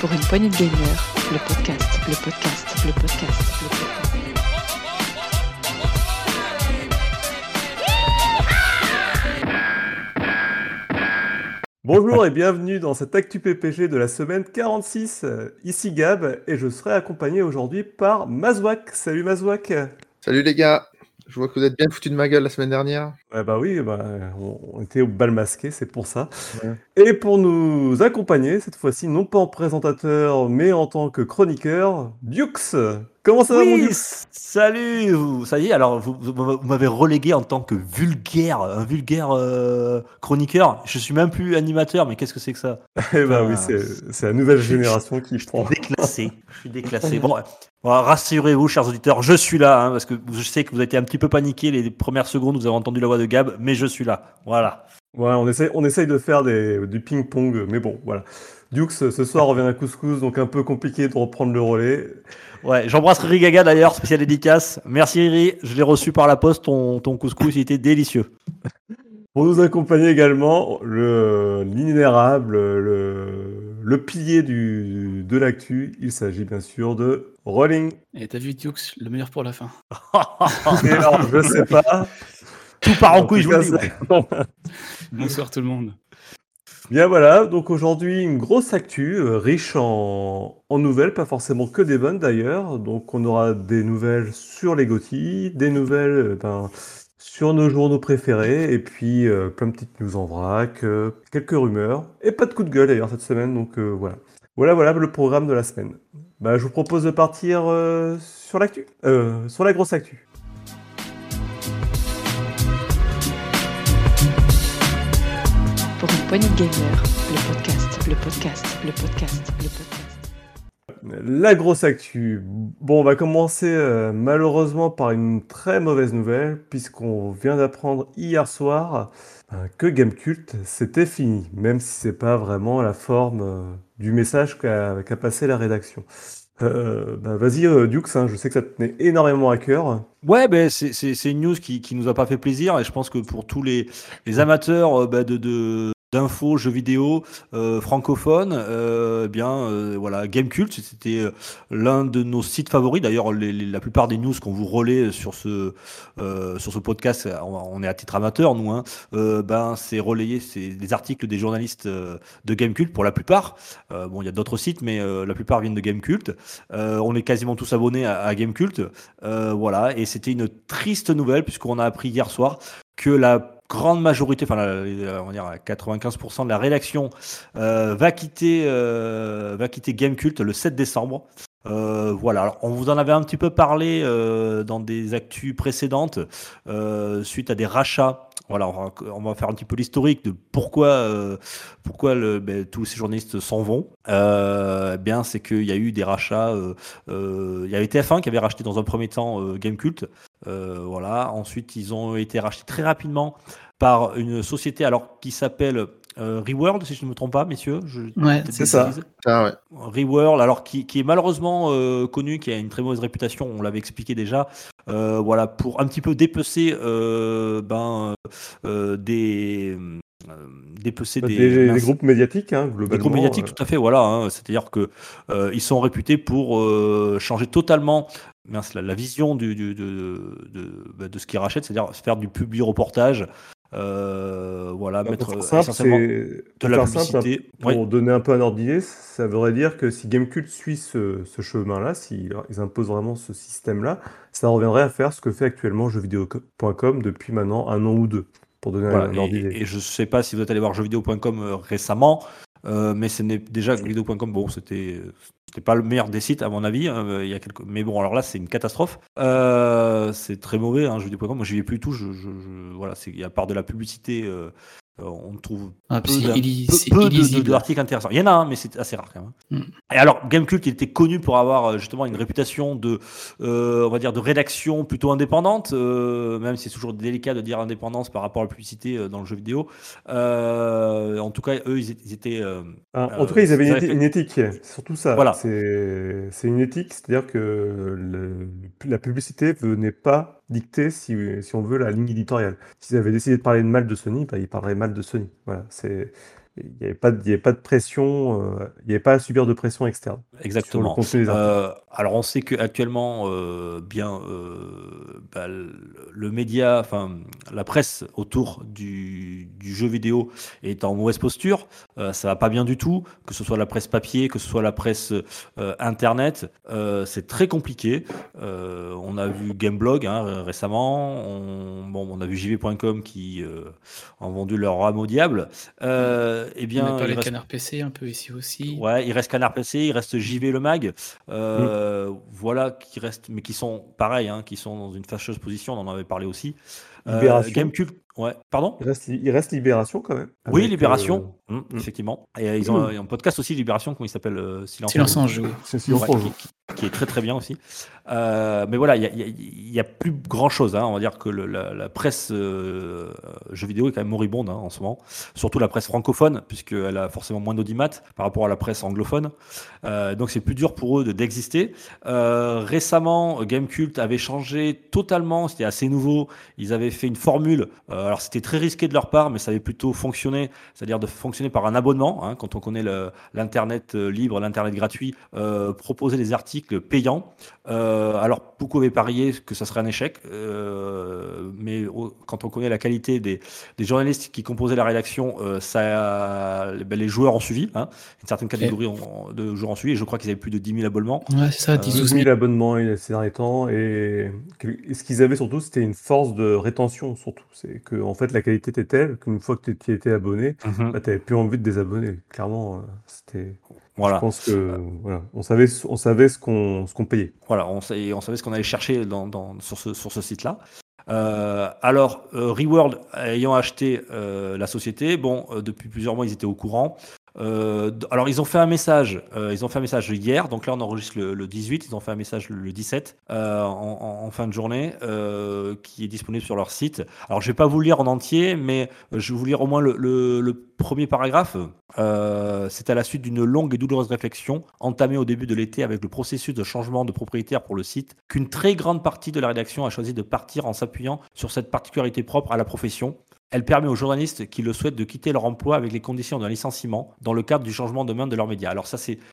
Pour une poignée de gamers, le podcast, le podcast, le podcast, le podcast. Bonjour et bienvenue dans cette Actu PPG de la semaine 46. Ici Gab et je serai accompagné aujourd'hui par Mazouak. Salut Mazouak. Salut les gars, je vois que vous êtes bien foutus de ma gueule la semaine dernière. Oui, on était au bal masqué, c'est pour ça. Ouais. Et pour nous accompagner, cette fois-ci, non pas en présentateur, mais en tant que chroniqueur, Dukes. Comment ça va mon Oui, Dukes? salut, ça y est, alors vous m'avez relégué en tant que un vulgaire chroniqueur. Je suis même plus animateur, mais qu'est-ce que c'est que ça? Eh ben Enfin, oui, c'est la nouvelle génération qui prend. Je suis déclassé. Bon, rassurez-vous, chers auditeurs, je suis là, hein, parce que je sais que vous avez été un petit peu paniqués les premières secondes, vous avez entendu la voix de Gab, mais je suis là, voilà. Ouais, on essaye de faire du ping-pong, mais bon, voilà. Dukes, ce soir, revient à couscous, donc un peu compliqué de reprendre le relais. Ouais, j'embrasse Riri Gaga d'ailleurs, spécial dédicace. Merci Riri, je l'ai reçu par la poste, ton couscous, il était délicieux. Pour nous accompagner également, l'inénérable, le pilier de l'actu, il s'agit bien sûr de Rolling. Et t'as vu Dukes, le meilleur pour la fin. Et alors, je sais pas. Tout part en couille, je vous le dis. Bonsoir tout le monde. Bien voilà, donc aujourd'hui une grosse actu, riche en nouvelles, pas forcément que des bonnes d'ailleurs. Donc on aura des nouvelles sur les GOTY, des nouvelles sur nos journaux préférés, et puis plein de petites news en vrac, quelques rumeurs, et pas de coup de gueule d'ailleurs cette semaine, donc voilà. Voilà le programme de la semaine. Je vous propose de partir sur l'actu, sur la grosse actu. Pour une poignée de gamers, le podcast, le podcast, le podcast, le podcast. La grosse actu. Bon, on va commencer malheureusement par une très mauvaise nouvelle, puisqu'on vient d'apprendre hier soir que Gamecult, c'était fini, même si c'est pas vraiment la forme du message qu'a passé la rédaction. Vas-y, Dukes, hein, je sais que ça te tenait énormément à cœur. Ouais, c'est une news qui nous a pas fait plaisir et je pense que pour tous les amateurs d'infos, jeux vidéo francophones, voilà, Gamecult, c'était l'un de nos sites favoris. D'ailleurs, la plupart des news qu'on vous relaie sur ce podcast, on est à titre amateur, nous, hein, c'est relayé, c'est des articles des journalistes de Gamecult pour la plupart. Bon, il y a d'autres sites, mais la plupart viennent de Gamecult. On est quasiment tous abonnés à Gamecult. Voilà, et c'était une triste nouvelle puisqu'on a appris hier soir que la grande majorité, on va dire 95% de la rédaction va quitter Gamecult le 7 décembre. Voilà, alors, on vous en avait un petit peu parlé dans des actus précédentes suite à des rachats. Voilà, on va faire un petit peu l'historique de pourquoi tous ces journalistes s'en vont. C'est qu'il y a eu des rachats. Il y avait TF1 qui avait racheté dans un premier temps Gamecult. Voilà. Ensuite, ils ont été rachetés très rapidement par une société qui s'appelle Reworld, si je ne me trompe pas, messieurs. Ouais, c'est ça. Ah ouais. Reworld, qui est malheureusement connu, qui a une très mauvaise réputation, on l'avait expliqué déjà, pour un petit peu dépecer des groupes médiatiques, hein, globalement. Des groupes médiatiques, tout à fait, voilà. Hein, c'est-à-dire que ils sont réputés pour changer totalement la vision de ce qu'ils rachètent, c'est-à-dire faire du publi-reportage. Mettre essentiellement de la publicité. Pour donner un peu un ordre d'idée, ça voudrait dire que si Gamecult suit ce chemin-là, s'ils imposent vraiment ce système-là, ça reviendrait à faire ce que fait actuellement jeuxvideo.com depuis maintenant 1 an ou 2, pour donner un ordre d'idée. Et je ne sais pas si vous êtes allé voir jeuxvideo.com récemment, mais ce n'est déjà jeuxvideo.com, bon, c'était pas le meilleur des sites à mon avis, il y a mais bon, alors là c'est une catastrophe, c'est très mauvais, hein, jeuxvideo.com, moi j'y vais plus du tout, voilà, il y a part de la publicité, on trouve peu d'articles intéressants. Il y en a un, mais c'est assez rare quand même. Et alors, Gamecult, il était connu pour avoir justement une réputation on va dire, de rédaction plutôt indépendante, même si c'est toujours délicat de dire indépendance par rapport à la publicité dans le jeu vidéo. En tout cas, eux, ils étaient... en tout cas, ils avaient une éthique, c'est surtout ça. Voilà. C'est une éthique, c'est-à-dire que la publicité venait pas dicter, si on veut, la ligne éditoriale. S'ils avaient décidé de parler de mal de Sony, ils parleraient mal de Sony. Voilà, il n'y avait pas de pression, il n'y avait pas à subir de pression externe sur le Exactement. contenu des articles. Alors on sait qu'actuellement, le média, enfin la presse autour du jeu vidéo est en mauvaise posture. Ça va pas bien du tout, que ce soit la presse papier, que ce soit la presse internet. C'est très compliqué. On a vu Gameblog récemment. On a vu JV.com qui ont vendu leur âme au diable. On a Il parlé reste Canard PC un peu ici aussi. Ouais, il reste Canard PC, il reste JV Le Mag, voilà, qui restent, mais qui sont pareils, qui sont dans une fâcheuse position, on en avait parlé aussi. Libération. Gamecube, ouais, pardon? Il reste Libération quand même. Oui, avec, Libération, effectivement. Et ils ont un podcast aussi, Libération, comment il s'appelle Silence en jeu. C'est Silence en jeu. qui est très très bien aussi. Mais voilà, il y a plus grand chose. On va dire que la presse jeux vidéo est quand même moribonde en ce moment. Surtout la presse francophone, puisqu'elle a forcément moins d'audimat par rapport à la presse anglophone. Donc c'est plus dur pour eux d'exister. Récemment, Gamecult avait changé totalement, c'était assez nouveau. Ils avaient fait une formule. Alors c'était très risqué de leur part, mais ça avait plutôt fonctionné, c'est-à-dire de fonctionner par un abonnement. Quand on connaît l'internet libre, l'internet gratuit, proposer des articles payants. Alors beaucoup avaient parié que ça serait un échec, mais quand on connaît la qualité des journalistes qui composaient la rédaction, les joueurs ont suivi, une certaine catégorie de joueurs ont suivi, et je crois qu'ils avaient plus de 10 000 abonnements. Ouais, c'est ça, 10 12 000 000 abonnements ces derniers temps, et ce qu'ils avaient surtout, c'était une force de rétention surtout. C'est que en fait la qualité était telle qu'une fois que tu étais abonné, tu n'avais plus envie de désabonner. Clairement, c'était. Voilà. Je pense que on savait ce qu'on payait. Voilà, on savait ce qu'on allait chercher sur ce site-là. Alors, Reworld ayant acheté la société, depuis plusieurs mois, ils étaient au courant. Alors ils ont fait un message hier, donc là on enregistre le 18, ils ont fait un message le 17 en fin de journée qui est disponible sur leur site. Alors je vais pas vous le lire en entier, mais je vais vous lire au moins le premier paragraphe. C'est à la suite d'une longue et douloureuse réflexion entamée au début de l'été avec le processus de changement de propriétaire pour le site qu'une très grande partie de la rédaction a choisi de partir en s'appuyant sur cette particularité propre à la profession. Elle permet aux journalistes qui le souhaitent de quitter leur emploi avec les conditions d'un licenciement dans le cadre du changement de main de leurs médias. Alors ça, c'est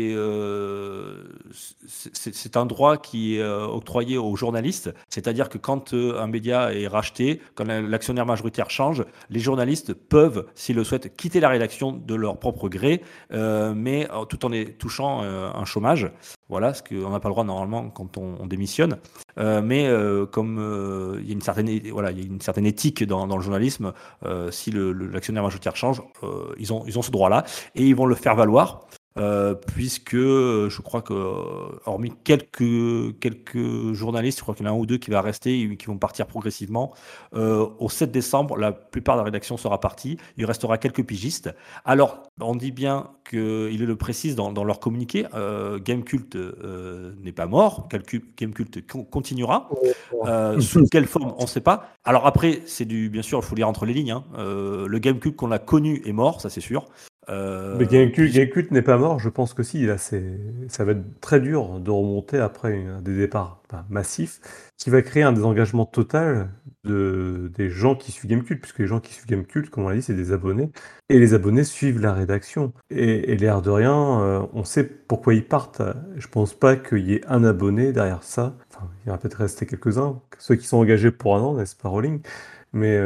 un droit qui est octroyé aux journalistes, c'est-à-dire que quand un média est racheté, quand l'actionnaire majoritaire change, les journalistes peuvent, s'ils le souhaitent, quitter la rédaction de leur propre gré, mais tout en touchant un chômage. Voilà, ce qu'on n'a pas le droit normalement quand on démissionne. Mais comme il y a une certaine éthique dans le journalisme, si l'actionnaire majoritaire change, ils ont ce droit-là et ils vont le faire valoir. Puisque je crois que hormis quelques journalistes, je crois qu'il y en a un ou deux qui va rester et qui vont partir progressivement. Au 7 décembre, la plupart de la rédaction sera partie. Il restera quelques pigistes. Alors, on dit bien qu'ils le précisent dans leur communiqué. Gamecult n'est pas mort. Gamecult continuera. Sous quelle forme, on ne sait pas. Alors après, bien sûr, il faut lire entre les lignes. Le Gamecult qu'on a connu est mort, ça c'est sûr. Mais Gamecult n'est pas mort, je pense que si. Là, ça va être très dur de remonter après des départs massifs, qui va créer un désengagement total des gens qui suivent Gamecult, puisque les gens qui suivent Gamecult, comme on l'a dit, c'est des abonnés, et les abonnés suivent la rédaction. Et l'air de rien, on sait pourquoi ils partent. Je pense pas qu'il y ait un abonné derrière ça. Enfin, il va peut-être rester quelques-uns, ceux qui sont engagés pour un an, n'est-ce pas, Rowling? Mais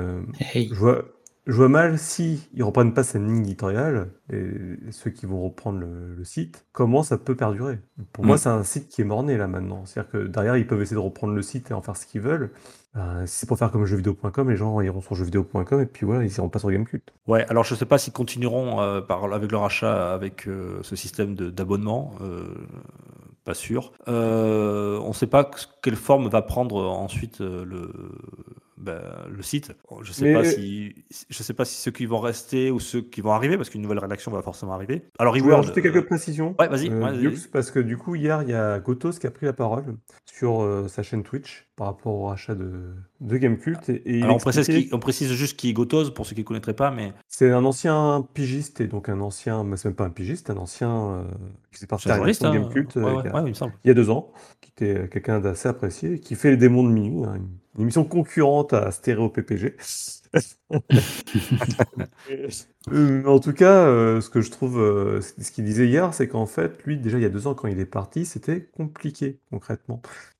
je vois mal si ils reprennent pas cette ligne éditoriale, et ceux qui vont reprendre le site, comment ça peut perdurer. Pour moi, c'est un site qui est mort-né là maintenant. C'est-à-dire que derrière, ils peuvent essayer de reprendre le site et en faire ce qu'ils veulent. Si c'est pour faire comme jeuxvideo.com, les gens iront sur jeuxvideo.com et puis voilà, ils iront pas sur Gamecult. Ouais, alors je sais pas s'ils continueront avec leur achat avec ce système d'abonnement. Pas sûr. On ne sait pas quelle forme va prendre ensuite le site. Je sais pas si ceux qui vont rester ou ceux qui vont arriver, parce qu'une nouvelle rédaction va forcément arriver. Alors, je voulais rajouter quelques précisions. Ouais, vas-y. Parce que du coup, hier, il y a Gotos qui a pris la parole sur sa chaîne Twitch par rapport au rachat de Gamecult. Alors, on précise juste qui est Gotos, pour ceux qui ne connaîtraient pas, mais... C'est un ancien pigiste, et donc un ancien, mais c'est même pas un pigiste, un ancien qui s'est parti à la Gamecult il y a 2 ans, qui était quelqu'un d'assez apprécié, qui fait les démons de minuit, une émission concurrente à Stéréo PPG. En tout cas, ce que je trouve, ce qu'il disait hier, c'est qu'en fait, lui, déjà, il y a 2 ans, quand il est parti, c'était compliqué, concrètement.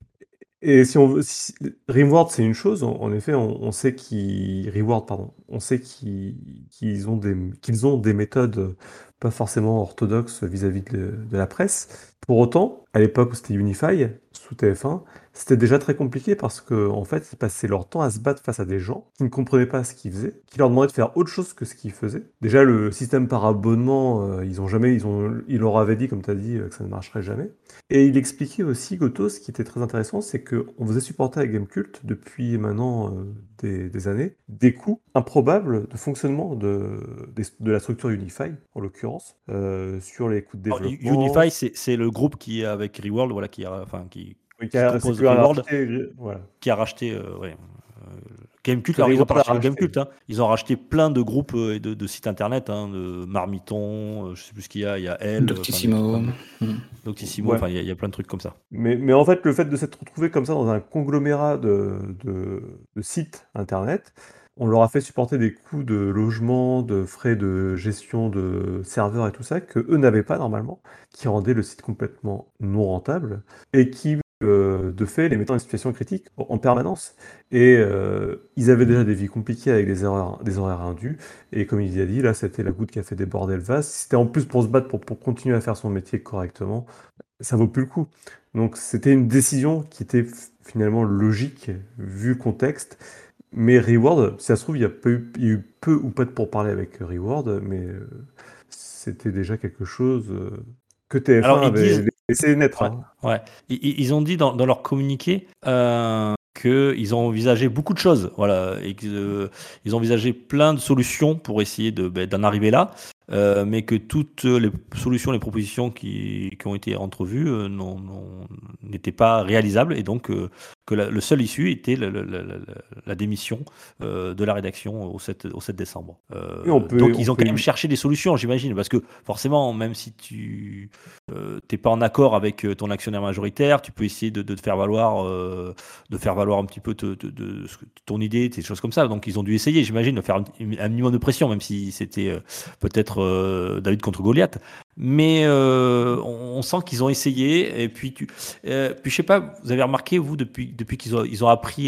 Et si on veut, Rimworld, c'est une chose. En effet, on sait Reward, pardon. On sait qu'ils ont des méthodes pas forcément orthodoxes vis-à-vis de la presse. Pour autant, à l'époque où c'était Unify, sous TF1, c'était déjà très compliqué parce qu'en fait, ils passaient leur temps à se battre face à des gens qui ne comprenaient pas ce qu'ils faisaient, qui leur demandaient de faire autre chose que ce qu'ils faisaient. Déjà, le système par abonnement, ils leur avaient dit, comme tu as dit, que ça ne marcherait jamais. Et il expliquait aussi, Goto, ce qui était très intéressant, c'est qu'on faisait supporter à Gamecult depuis maintenant des années des coûts improbables de fonctionnement de la structure Unify, en l'occurrence, sur les coûts de Alors, développement. Unify, c'est le groupe qui est avec Reworld, voilà, qui C'est compose que un Reworld, racheté, voilà. qui a racheté Gamecult. Que Alors, ils n'ont Reworld pas a racheté racheté. Gamecult, hein. Ils ont racheté plein de groupes et de sites internet, hein, de Marmiton, je sais plus ce qu'il y a Elle, Doctissimo. Doctissimo, Ouais. enfin, il y a plein de trucs comme ça. Mais en fait, le fait de s'être retrouvé comme ça dans un conglomérat de sites internet, on leur a fait supporter des coûts de logement, de frais de gestion de serveurs et tout ça, que eux n'avaient pas normalement, qui rendaient le site complètement non rentable, et qui, de fait, les mettant dans une situation critique en permanence. Et ils avaient déjà des vies compliquées avec des horaires indus, et comme il a dit, là, c'était la goutte qui a fait déborder le vase. Si c'était en plus pour se battre, pour continuer à faire son métier correctement, ça vaut plus le coup. Donc c'était une décision qui était finalement logique vu le contexte. Mais Reward, si ça se trouve, il y a eu peu ou pas de pourparlers avec Reward, mais c'était déjà quelque chose que TF1 Alors, ils avait disent, laissé naître. ouais, hein. ouais. Ils ont dit dans leur communiqué qu'ils ont envisagé beaucoup de choses, voilà, et qu'ils ils ont envisagé plein de solutions pour essayer d'en arriver là, mais que toutes les solutions, les propositions qui ont été entrevues n'étaient pas réalisables, et donc que le seul issue était la démission de la rédaction au 7 décembre. Et on Donc ils ont peut quand même cherché des solutions, j'imagine, parce que forcément, même si tu t'es pas en accord avec ton actionnaire majoritaire, tu peux essayer de faire valoir un petit peu ton idée, des choses comme ça. Donc ils ont dû essayer, j'imagine, de faire un minimum de pression, même si c'était peut-être David contre Goliath. Mais on sent qu'ils ont essayé. Et puis je sais pas, vous avez remarqué, vous, depuis qu'ils ont appris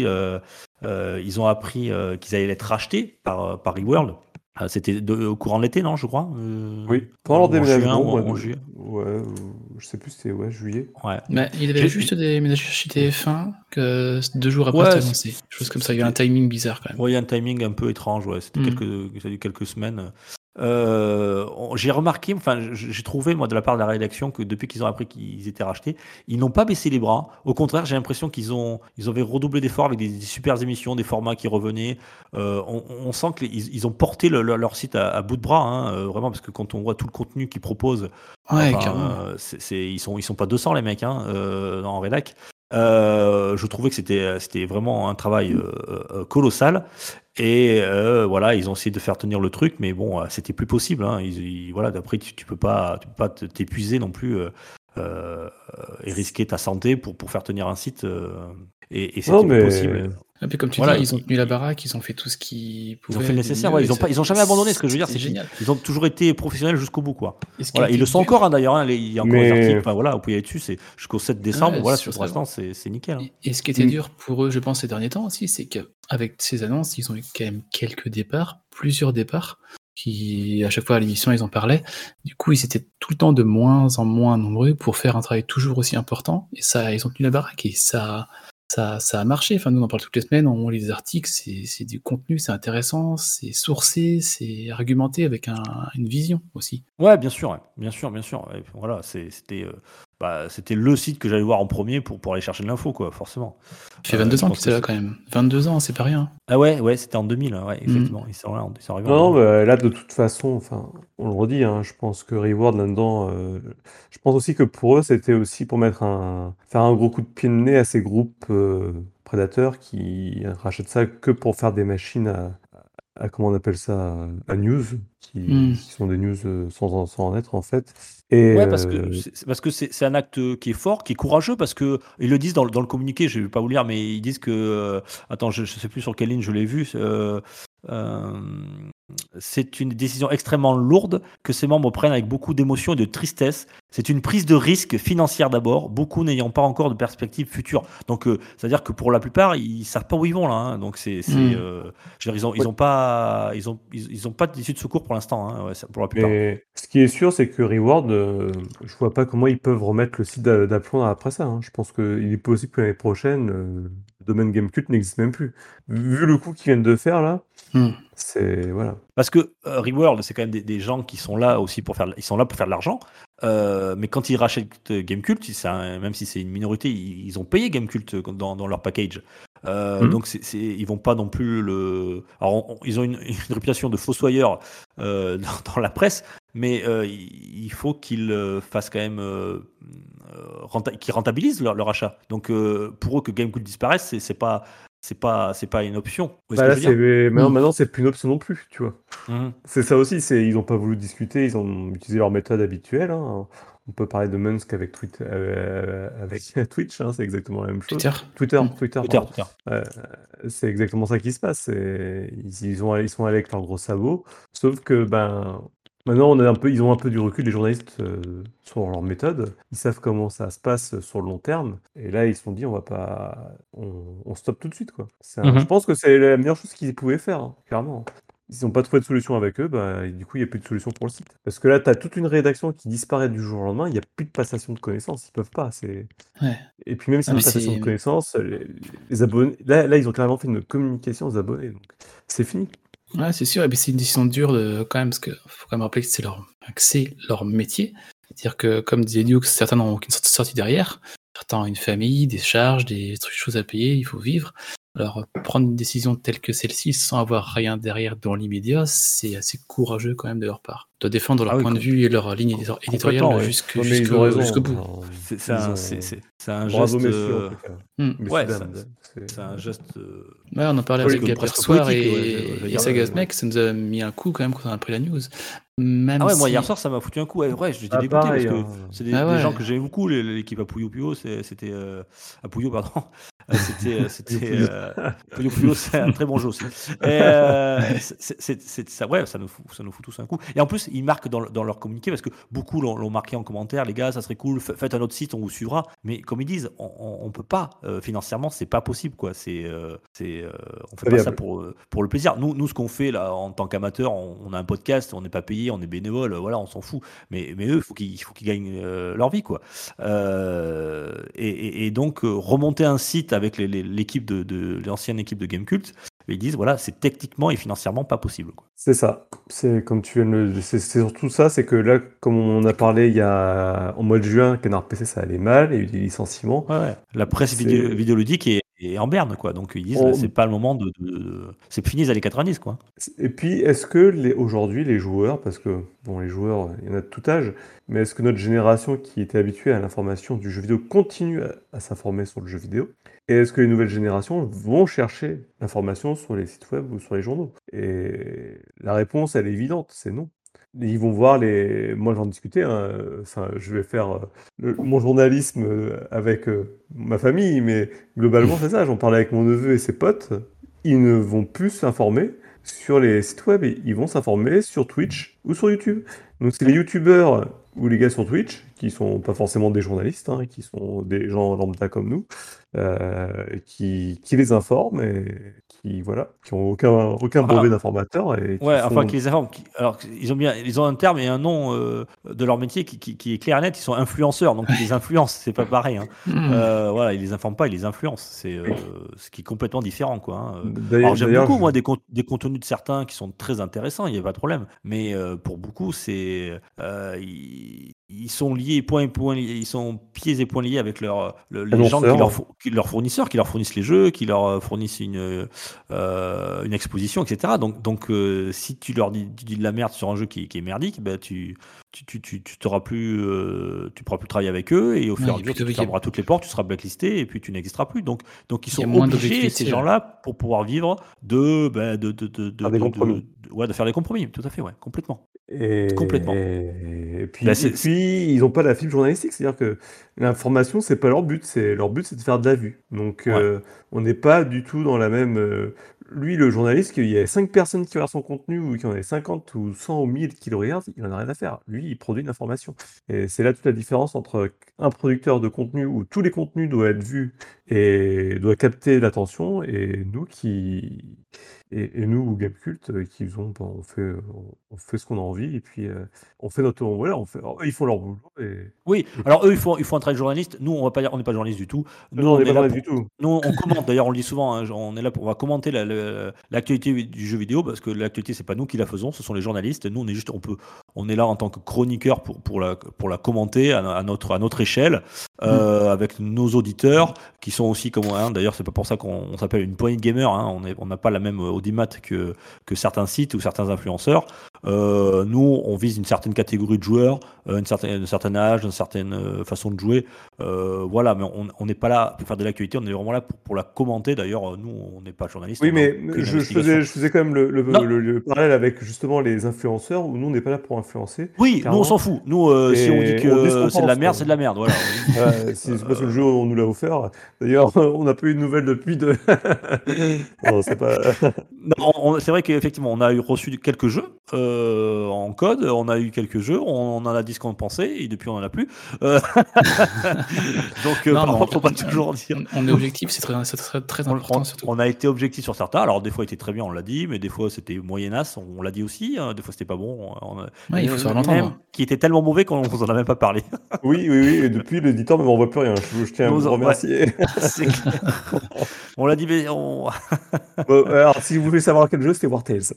qu'ils allaient être rachetés par Reworld. C'était au courant de l'été, non, je crois. Oui, pendant leur En juin déménagement, ou moi, en juillet. ouais, je sais plus, c'était juillet. Ouais. Bah, il avait J'ai- juste déménagé chez TF1 que 2 jours après Ouais, c'était annoncé. Chose comme ça, il y a eu un timing bizarre quand même. Ouais, il y a un timing un peu étrange, ouais. C'était ça a eu quelques semaines. J'ai remarqué, enfin, j'ai trouvé, moi, de la part de la rédaction, que depuis qu'ils ont appris qu'ils étaient rachetés, ils n'ont pas baissé les bras. Au contraire, j'ai l'impression ils avaient redoublé d'efforts avec des super émissions, des formats qui revenaient. On sent qu'ils ont porté leur site à bout de bras, hein, vraiment, parce que quand on voit tout le contenu qu'ils proposent, Ouais, enfin, carrément. ils sont pas 200 les mecs, hein, en rédac. Je trouvais que c'était vraiment un travail colossal. Et voilà, ils ont essayé de faire tenir le truc, mais bon, c'était plus possible, hein. Voilà, d'après, tu peux pas t'épuiser non plus et risquer ta santé pour faire tenir un site. Et Non, c'était plus possible. Et puis comme tu Voilà, dis, ils ont tenu la baraque, ils ont fait tout ce qu'ils pouvaient. Ils ont fait le nécessaire, de ouais. mieux, Ils ont jamais abandonné. Ce que je veux dire, c'était c'est génial. qu'ils ont toujours été professionnels jusqu'au bout, quoi. Et ce qui a Voilà, ils été le sont dur- encore, hein, d'ailleurs, hein. Il y a encore des Mais- articles. Enfin, voilà, vous pouvez aller dessus. C'est jusqu'au 7 décembre. Ouais, Voilà, sur pour ça, l'instant, c'est nickel, hein. Et ce qui était Mm. dur pour eux, je pense, ces derniers temps aussi, c'est qu'avec ces annonces, ils ont eu quand même quelques départs, plusieurs départs, qui, à chaque fois à l'émission, ils en parlaient. Du coup, ils étaient tout le temps de moins en moins nombreux pour faire un travail toujours aussi important. Et ça, ils ont tenu la baraque et ça a marché. Enfin, nous, on en parle toutes les semaines, on lit des articles, c'est du contenu, c'est intéressant, c'est sourcé, c'est argumenté avec une vision aussi. Ouais, bien sûr, ouais. Bien sûr, bien sûr. Ouais, voilà, c'était le site que j'allais voir en premier pour aller chercher de l'info, quoi, forcément. Il fait 22 je ans pense qu'ils étaient là que quand même. 22 ans, c'est pas rien. Ah ouais, c'était en 2000, ouais, effectivement. Ils sont arrivés en Non, 2000. mais là, de toute façon, enfin, on le redit, hein, je pense que Reward là-dedans, je pense aussi que pour eux, c'était aussi pour faire un gros coup de pied de nez à ces groupes prédateurs qui rachètent ça que pour faire des machines comment on appelle ça, à news, Hmm. qui sont des news sans en être en fait. Et Ouais, parce que c'est un acte qui est fort, qui est courageux, parce que ils le disent dans le communiqué, je vais pas vous lire, mais ils disent que attends, je sais plus sur quelle ligne je l'ai vu. Euh, c'est une décision extrêmement lourde que ses membres prennent avec beaucoup d'émotion et de tristesse. C'est une prise de risque financière d'abord, beaucoup n'ayant pas encore de perspective future. Donc, c'est-à-dire que pour la plupart, ils savent pas où ils vont là, hein. Donc, je veux dire, ils ont pas d'issue de secours pour l'instant, hein, ouais, pour la plupart. Mais ce qui est sûr, c'est que Reward, je vois pas comment ils peuvent remettre le site d'Aplon après ça, hein. Je pense qu'il est possible que l'année prochaine, le domaine Gamecult n'existe même plus. Vu le coup qu'ils viennent de faire là, Hmm. c'est voilà. Parce que Reworld, c'est quand même des gens qui sont là aussi ils sont là pour faire de l'argent. Mais quand ils rachètent Gamecult, même si c'est une minorité, ils ont payé Gamecult dans leur package. Donc ils vont pas non plus le. Alors ils ont une réputation de fossoyeur dans la presse, mais il faut qu'ils fassent quand même qu'ils rentabilisent leur achat. Donc pour eux que Gamecult disparaisse, c'est pas une option. Vous voyez Bah là, ce que je veux dire maintenant, c'est plus une option non plus, tu vois. Mhm. C'est ça aussi, ils n'ont pas voulu discuter, ils ont utilisé leur méthode habituelle, hein. On peut parler de Munsk avec avec Twitch, hein, c'est exactement la même chose. Twitter. Twitter, Twitter, pardon. C'est exactement ça qui se passe. Ils sont allés avec leurs gros sabots, sauf que maintenant ils ont un peu du recul, les journalistes, sur leur méthode. Ils savent comment ça se passe sur le long terme. Et là, ils se sont dit, on stoppe tout de suite, quoi. Je pense que c'est la meilleure chose qu'ils pouvaient faire, hein, clairement. Ils n'ont pas trouvé de solution avec eux, et du coup, il n'y a plus de solution pour le site. Parce que là, tu as toute une rédaction qui disparaît du jour au lendemain, il n'y a plus de passation de connaissances, ils peuvent pas. Ouais. Et puis même si Ah, une mais passation de c'est connaissances, les abonnés, là, ils ont carrément fait une communication aux abonnés, donc c'est fini. ouais, c'est sûr. Et puis c'est une décision dure quand même, parce qu'il faut quand même rappeler que c'est leur métier. C'est-à-dire que, comme disait Duke, certains n'ont aucune sortie derrière. Certains ont une famille, des charges, des choses à payer, il faut vivre. Alors, prendre une décision telle que celle-ci sans avoir rien derrière dans l'immédiat, c'est assez courageux quand même de leur part. De défendre leur Ah oui, point de vue et leur ligne complètement, éditoriale ouais. jusqu'au Non, mais ils ont raison. bout. Enfin, C'est un bravo, geste. messieurs, en tout cas. Hmm. Messieurs, Ouais, dames, c'est un geste. Ouais, on en parlait Presque- avec Gab hier presque soir politique, ouais, et je veux dire, Sagasmec, ça nous a mis un coup quand même quand on a pris la news. Même Ah ouais, moi si... hier soir ça m'a foutu un coup. Ouais, j'étais Ah, dégoûté pareil, parce que hein. c'est des Ah ouais. gens que j'aimais beaucoup, l'équipe à Puyo Puyo, c'était à Puyo, pardon. C'était Puyo Puyo, c'est un très bon jeu aussi. Et, c'est ça, ouais, ça nous fout tous un coup. Et en plus, ils marquent dans leur communiqué parce que beaucoup l'ont marqué en commentaire, les gars, ça serait cool, faites un autre site, on vous suivra. Mais comme ils disent, on peut pas financièrement, c'est pas possible quoi. On fait pas ça pour le plaisir. Nous, ce qu'on fait là en tant qu'amateur, on a un podcast, on n'est pas payé, on est bénévole, voilà, on s'en fout. Mais eux, il faut qu'ils gagnent leur vie quoi. Et donc remonter un site avec l'équipe de l'ancienne équipe de Gamecult, ils disent voilà, c'est techniquement et financièrement pas possible quoi. C'est ça. C'est comme tu viens de le. C'est surtout ça, c'est que là, comme on a parlé en mois de juin, Canard PC ça allait mal, il y a eu des licenciements. Ouais. La presse vidéoludique est en berne quoi. Donc ils disent c'est pas le moment c'est fini les années 90 quoi. Et puis, est-ce que aujourd'hui, les joueurs, parce que bon, les joueurs, il y en a de tout âge, mais est-ce que notre génération qui était habituée à l'information du jeu vidéo continue à s'informer sur le jeu vidéo? Et est-ce que les nouvelles générations vont chercher l'information sur les sites web ou sur les journaux? Et la réponse, elle est évidente, c'est non. Ils vont voir moi j'en discutais, hein, je vais faire mon journalisme avec ma famille, mais globalement c'est ça, j'en parlais avec mon neveu et ses potes, ils ne vont plus s'informer sur les sites web, ils vont s'informer sur Twitch ou sur YouTube. Donc c'est les youtubeurs ou les gars sur Twitch, qui sont pas forcément des journalistes, hein, qui sont des gens lambda comme nous, qui les informent et qui ont aucun brevet d'informateur et Ouais, enfin qui les informent. Alors ils ont un terme et un nom de leur métier qui est clair et net. Ils sont influenceurs, donc ils les influencent. C'est pas pareil. Hein. Voilà, ils les informent pas, ils les influencent. C'est ce qui est complètement différent, quoi. Hein. Alors j'aime beaucoup moi des contenus de certains qui sont très intéressants. Il y a pas de problème. Mais pour beaucoup, c'est ils sont liés ils sont pieds et poings liés avec les gens Annonceurs. qui leur fournisseurs, qui leur fournissent les jeux, qui leur fournissent une exposition, etc. Donc si tu leur dis de la merde sur un jeu qui est merdique, bah, tu pourras plus travailler avec eux, et au fur et à Ouais, mesure, plutôt tu qu'il y a- fermeras toutes les portes, tu seras blacklisté, et puis tu n'existeras plus. Donc ils il y a sont moins obligés, ces d'objectivité, gens-là, pour pouvoir vivre, de Faire des compromis. de faire des compromis. Tout à fait, ouais, complètement. Et, Complètement. et Bah, puis, et puis ils n'ont pas la fibre journalistique, c'est-à-dire que l'information, c'est pas leur but, leur but, c'est de faire de la vue. Donc, Ouais. on n'est pas du tout dans la même. Lui, le journaliste, qu'il y ait 5 personnes qui regardent son contenu, ou qu'il y en ait 50 ou 100 ou 1000 qui le regardent, il en a rien à faire. Lui, il produit une information. Et c'est là toute la différence entre un producteur de contenu où tous les contenus doivent être vus et doivent capter l'attention, et nous et nous, ou Gamecult, qui faisons, on fait ce qu'on a envie, et puis on fait notre. Voilà, ils font leur boulot. Oui, alors eux, il faut un travail de journaliste. Nous, on va pas dire, on n'est pas journaliste du tout. Nous, Non, on on n'est est pas là vrai pour. du tout. Nous, on commente. D'ailleurs, on le dit souvent. Hein, on est là on va commenter l'actualité du jeu vidéo, parce que l'actualité, c'est pas nous qui la faisons, ce sont les journalistes. Nous, on est là en tant que chroniqueur pour la commenter à notre échelle, avec nos auditeurs qui sont aussi comme hein, d'ailleurs, c'est pas pour ça qu'on s'appelle une poignée de gamers. Hein, on n'a pas la même audimat que certains sites ou certains influenceurs. Nous, on vise une certaine catégorie de joueurs, un certain âge, une certaine façon de jouer. Voilà, mais on n'est pas là pour faire de l'actualité, on est vraiment là pour la commenter. D'ailleurs, nous, on n'est pas journaliste. Oui, on mais n'a aucune je investigation. faisais quand même Non. le parallèle avec justement les influenceurs, où nous, on n'est pas là pour influencer. Oui, clairement. nous, on s'en fout. Nous, si on dit Et on dit ce qu'on que c'est de la pense, merde, quoi. c'est de la merde. Voilà. C'est parce que le jeu, on nous l'a offert. D'ailleurs, on n'a pas eu de nouvelles depuis de. Non, c'est pas. Non, c'est vrai qu'effectivement, on a reçu quelques jeux en code, on a eu quelques jeux, on en a dit ce qu'on pensait, et depuis, on n'en a plus. Donc, Non, parfois, mais faut pas toujours dire. On est objectif, c'est très important surtout. On a été objectif sur certains. Alors, des fois, c'était très bien, on l'a dit, mais des fois, c'était moyennasse, on l'a dit aussi. Hein, des fois, c'était pas bon. Ouais, il faut savoir l'entendre. Même qui était tellement mauvais qu'on vous en a même pas parlé. Oui. Et depuis, l'éditeur ne m'envoie plus rien. Je tiens à vous remercier. C'est clair. On l'a dit, mais Bon, alors, si vous voulez savoir quel jeu, c'était War Tales.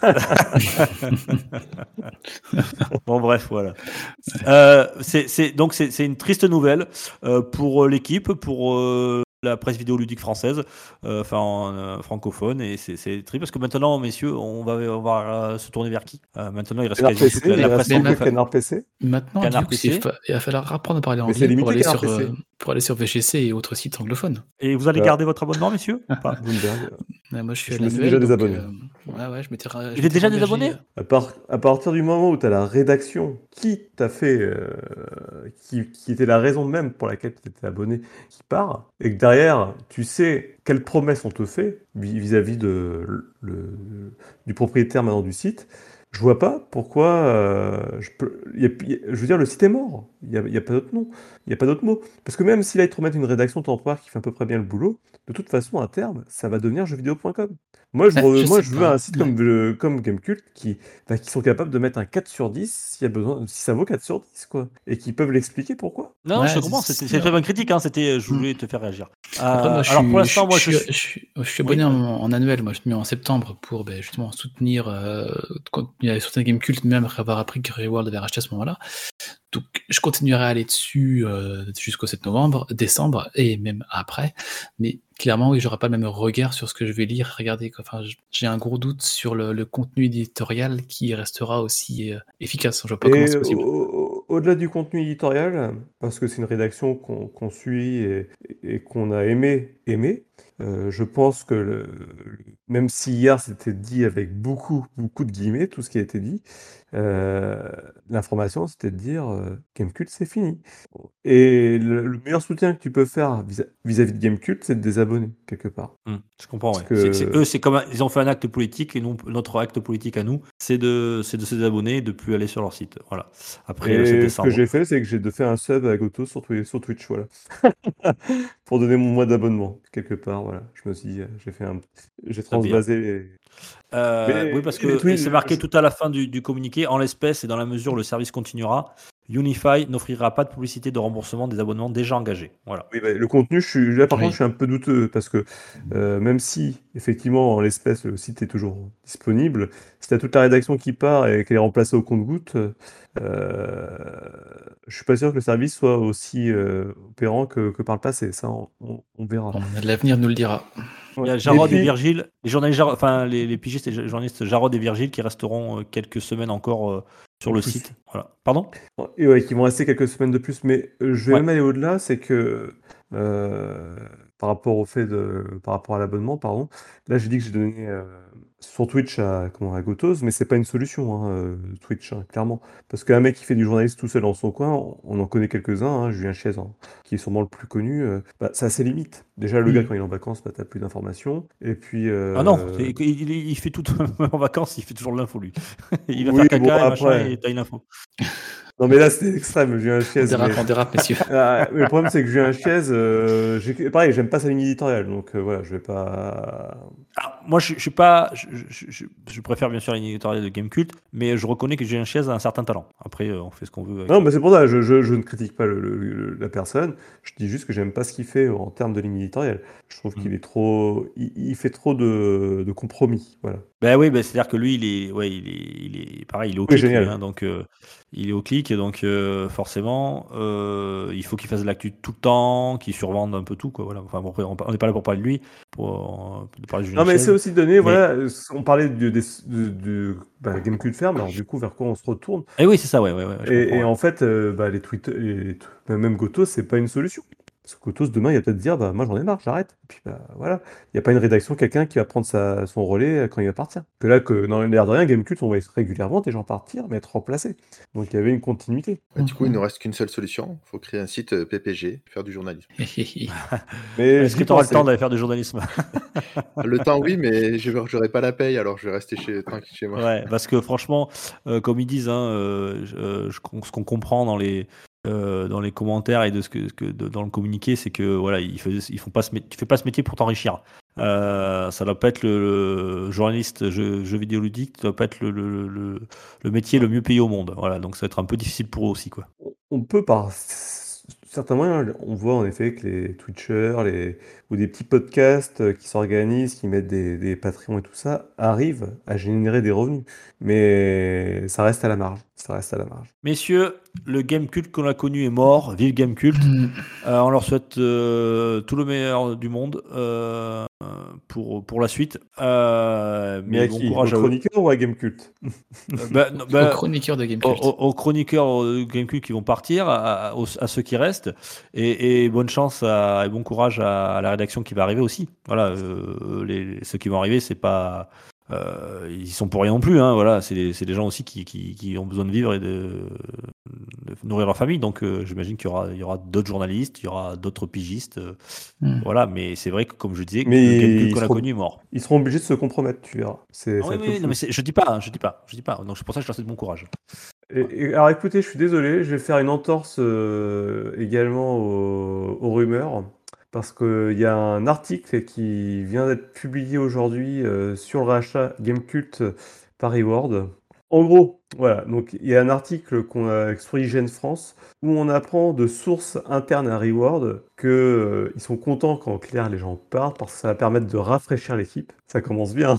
Bon, bref, voilà. Donc, c'est une triste nouvelle pour l'équipe, pour la presse vidéoludique française, francophone, et c'est triste parce que maintenant, messieurs, on va se tourner vers qui maintenant, il reste Canard quasiment PC, toute la il presse reste francophone. Canard PC. Maintenant, Canard du coup, PC. il va falloir apprendre à parler Mais c'est anglais pour limité, aller, Canard PC. pour aller sur VGC et autres sites anglophones. Et vous allez Ouais. garder votre abonnement, messieurs ou pas Bloomberg. Ouais, moi, je suis Je à me suis l'annuel, déjà donc, désabonné. ouais, je m'étais Vous êtes déjà désabonné À partir du moment où tu as la rédaction qui t'a fait, qui était la raison même pour laquelle tu étais abonné, qui part, et que derrière, tu sais quelles promesses on te fait vis-à-vis du propriétaire maintenant du site, je vois pas pourquoi je veux dire, le site est mort. Il y a pas d'autre nom. Il n'y a pas d'autre mot. Parce que même s'il a te remettre une rédaction temporaire qui fait à peu près bien le boulot, de toute façon, à terme, ça va devenir jeuxvideo.com. Moi, je veux un site comme Gamecult qui sont capables de mettre un 4 sur 10 s'il y a besoin, si ça vaut 4 sur 10, quoi. Et qui peuvent l'expliquer pourquoi. Non, Ouais, je comprends, c'est c'est très bonne critique, hein, je voulais te faire réagir. Après, moi, alors pour l'instant, moi je suis abonné en annuel. Moi, je suis mis en septembre pour justement soutenir Gamecult, même après avoir appris que Reworld avait racheté à ce moment-là. Donc, je continuerai à aller dessus jusqu'au 7 décembre, et même après. Mais clairement, oui, j'aurai pas le même regard sur ce que je vais lire, regarder. Enfin, j'ai un gros doute sur le contenu éditorial qui restera aussi efficace. Je vois pas comment c'est possible. Au-delà du contenu éditorial, parce que c'est une rédaction qu'on suit et qu'on a aimé, je pense que même si hier c'était dit avec beaucoup de guillemets, tout ce qui a été dit, l'information c'était de dire Gamecult c'est fini. Et le meilleur soutien que tu peux faire vis-à-vis de Gamecult, c'est de désabonner quelque part. Je comprends, ouais. Parce que- Eux, c'est comme ils ont fait un acte politique, et notre acte politique à nous, c'est de se désabonner et de plus aller sur leur site. Voilà. Après le 7 Et ce décembre. que j'ai fait, c'est que j'ai fait un sub à Goto sur Twitch, voilà. Pour donner mon mois d'abonnement, quelque part, voilà. Je me suis dit, j'ai transvasé. Oui, parce que c'est marqué tout à la fin du communiqué, en l'espèce et dans la mesure où le service continuera, Unify n'offrira pas de publicité de remboursement des abonnements déjà engagés. Voilà. Oui, le contenu, par contre, je suis un peu douteux parce que même si, effectivement, en l'espèce, le site est toujours disponible, si t'as toute la rédaction qui part et qu'elle est remplacée au compte-gouttes, je suis pas sûr que le service soit aussi opérant que par le passé. Ça, on verra. Bon, l'avenir nous le dira. Il y a Ouais. Jarod et puis- Virgile, les journalistes, les pigistes et journalistes Jarod et Virgile qui resteront quelques semaines encore sur le Plus. site. Voilà. Pardon? Et ouais, qui vont rester quelques semaines de plus, mais je vais Ouais. même aller au-delà, c'est que par rapport à l'abonnement, pardon, là j'ai dit que j'ai donné sur Twitch à Gotos, mais c'est pas une solution, Twitch, clairement. Parce qu'un mec qui fait du journaliste tout seul dans son coin, on en connaît quelques-uns, Julien Chiez, qui est sûrement le plus connu, ça a ses limites. Déjà, le gars, quand il est en vacances, t'as plus d'informations. Et puis. Ah non, il fait tout en vacances, il fait toujours de l'info lui. Il va Oui, faire caca bon, et machin après. et t'as une info. Non, mais là, c'était extrême, Julien Chiez. On dérape, messieurs. Mais le problème, c'est que Julien Chiez, pareil, j'aime pas sa ligne éditoriale, donc voilà, je vais pas. Alors, moi, je suis pas, je préfère bien sûr l'éditorial de Gamecult, mais je reconnais que Julien Chiez a un certain talent. Après, on fait ce qu'on veut. Non, mais c'est pour ça, je ne critique pas la personne, je dis juste que j'aime pas ce qu'il fait en termes de ligne éditoriale. Je trouve qu'il est trop. Il fait trop de compromis, voilà. Ben oui, c'est-à-dire que lui, il est pareil, il est au Oui, clic, génial. lui, donc il est au clic, donc forcément, il faut qu'il fasse de l'actu tout le temps, qu'il survende un peu tout, quoi. Voilà. Enfin, bon, après, on n'est pas là pour parler de lui, pour parler de Julien Non, mais Chiez. c'est aussi donné, voilà, on parlait de Gamecube Ferme, alors du coup, vers quoi on se retourne. Et oui, c'est ça, ouais. Je Et comprends, en fait, les tweets, même Gotos, c'est pas une solution. Parce que Gotos, demain, il va peut-être dire, moi j'en ai marre, j'arrête. Et puis voilà, il n'y a pas une rédaction, quelqu'un qui va prendre son relais quand il va partir. Que là, dans l'air de rien, Gamecube, on voit régulièrement des gens partir, mais être remplacés. Donc il y avait une continuité. Du coup, il ne reste qu'une seule solution. Il faut créer un site PPG, faire du journalisme. Mais Est-ce que tu auras le temps d'aller faire du journalisme? Le temps, oui, mais je n'aurai pas la paye, alors je vais rester tranquille chez moi. Ouais, parce que franchement, comme ils disent, ce qu'on comprend dans les commentaires et dans le communiqué, c'est que voilà, tu fais pas ce métier pour t'enrichir. Ça doit pas être le journaliste jeu vidéo ludique, ça doit pas être le métier le mieux payé au monde. Voilà, donc ça va être un peu difficile pour eux aussi, quoi. On peut par certains moyens, on voit en effet que les Twitchers ou des petits podcasts qui s'organisent, qui mettent des Patreons et tout ça, arrivent à générer des revenus. Mais ça reste à la marge. Messieurs, le Gamecult qu'on a connu est mort. Vive Gamecult. On leur souhaite tout le meilleur du monde pour la suite. Mais à bon qui? courage Au à eux. chroniqueur ou à Gamecult? Aux chroniqueurs de Gamecult. Aux chroniqueurs de Gamecult qui vont partir, à ceux qui restent, et bonne chance et bon courage à la rédaction qui va arriver aussi. Voilà, ceux qui vont arriver, c'est pas. Ils sont pour rien non plus, voilà, c'est des gens aussi qui ont besoin de vivre et de nourrir leur famille, donc j'imagine qu'il y aura d'autres journalistes, il y aura d'autres pigistes, voilà, mais c'est vrai que comme je disais, Mais le Gamecult qu'on a connu est mort. Ils seront obligés de se compromettre, tu verras. Oui, non, mais je dis pas, donc c'est pour ça que je leur souhaite bon courage. Alors écoutez, je suis désolé, je vais faire une entorse également aux rumeurs. Parce qu'il y a un article qui vient d'être publié aujourd'hui sur le rachat Gamecult par Reward. En gros, voilà, donc il y a un article qu'on a sur IGN France où on apprend de sources internes à Reward qu'ils sont contents quand Claire les gens partent parce que ça va permettre de rafraîchir l'équipe. Ça commence bien.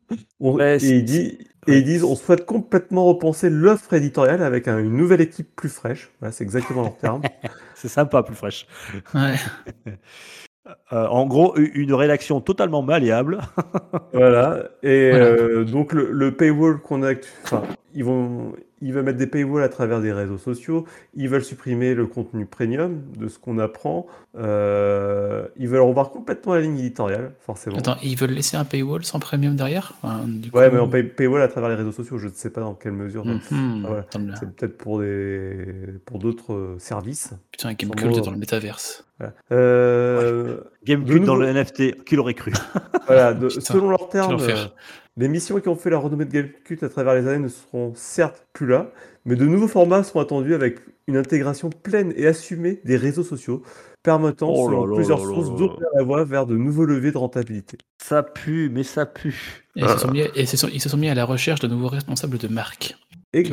Ils disent on souhaite complètement repenser l'offre éditoriale avec une nouvelle équipe plus fraîche. Voilà, c'est exactement leur terme. C'est sympa, plus fraîche. Ouais. En gros, une rédaction totalement malléable. Voilà. Et Voilà. donc le paywall qu'on a, enfin, ils veulent mettre des paywalls à travers des réseaux sociaux. Ils veulent supprimer le contenu premium de ce qu'on apprend. Ils veulent revoir complètement la ligne éditoriale, forcément. Attends, ils veulent laisser un paywall sans premium derrière? Du Ouais, coup- mais en paywall à travers les réseaux sociaux, je ne sais pas dans quelle mesure. Voilà. Tant mieux. C'est peut-être pour d'autres services. Putain, Gamecult dans le métaverse. Voilà. Gamecult de dans nouveau- le NFT, qui l'aurait cru? Voilà, Putain, selon leurs termes, quel enfer. les missions qui ont fait la renommée de Gamecult à travers les années ne seront certes plus là, mais de nouveaux formats seront attendus avec une intégration pleine et assumée des réseaux sociaux, permettant, Oh là selon là plusieurs là là sources, là. d'ouvrir la voie vers de nouveaux leviers de rentabilité. Ça pue, mais ça pue. Et ils se sont mis à la recherche de nouveaux responsables de marque.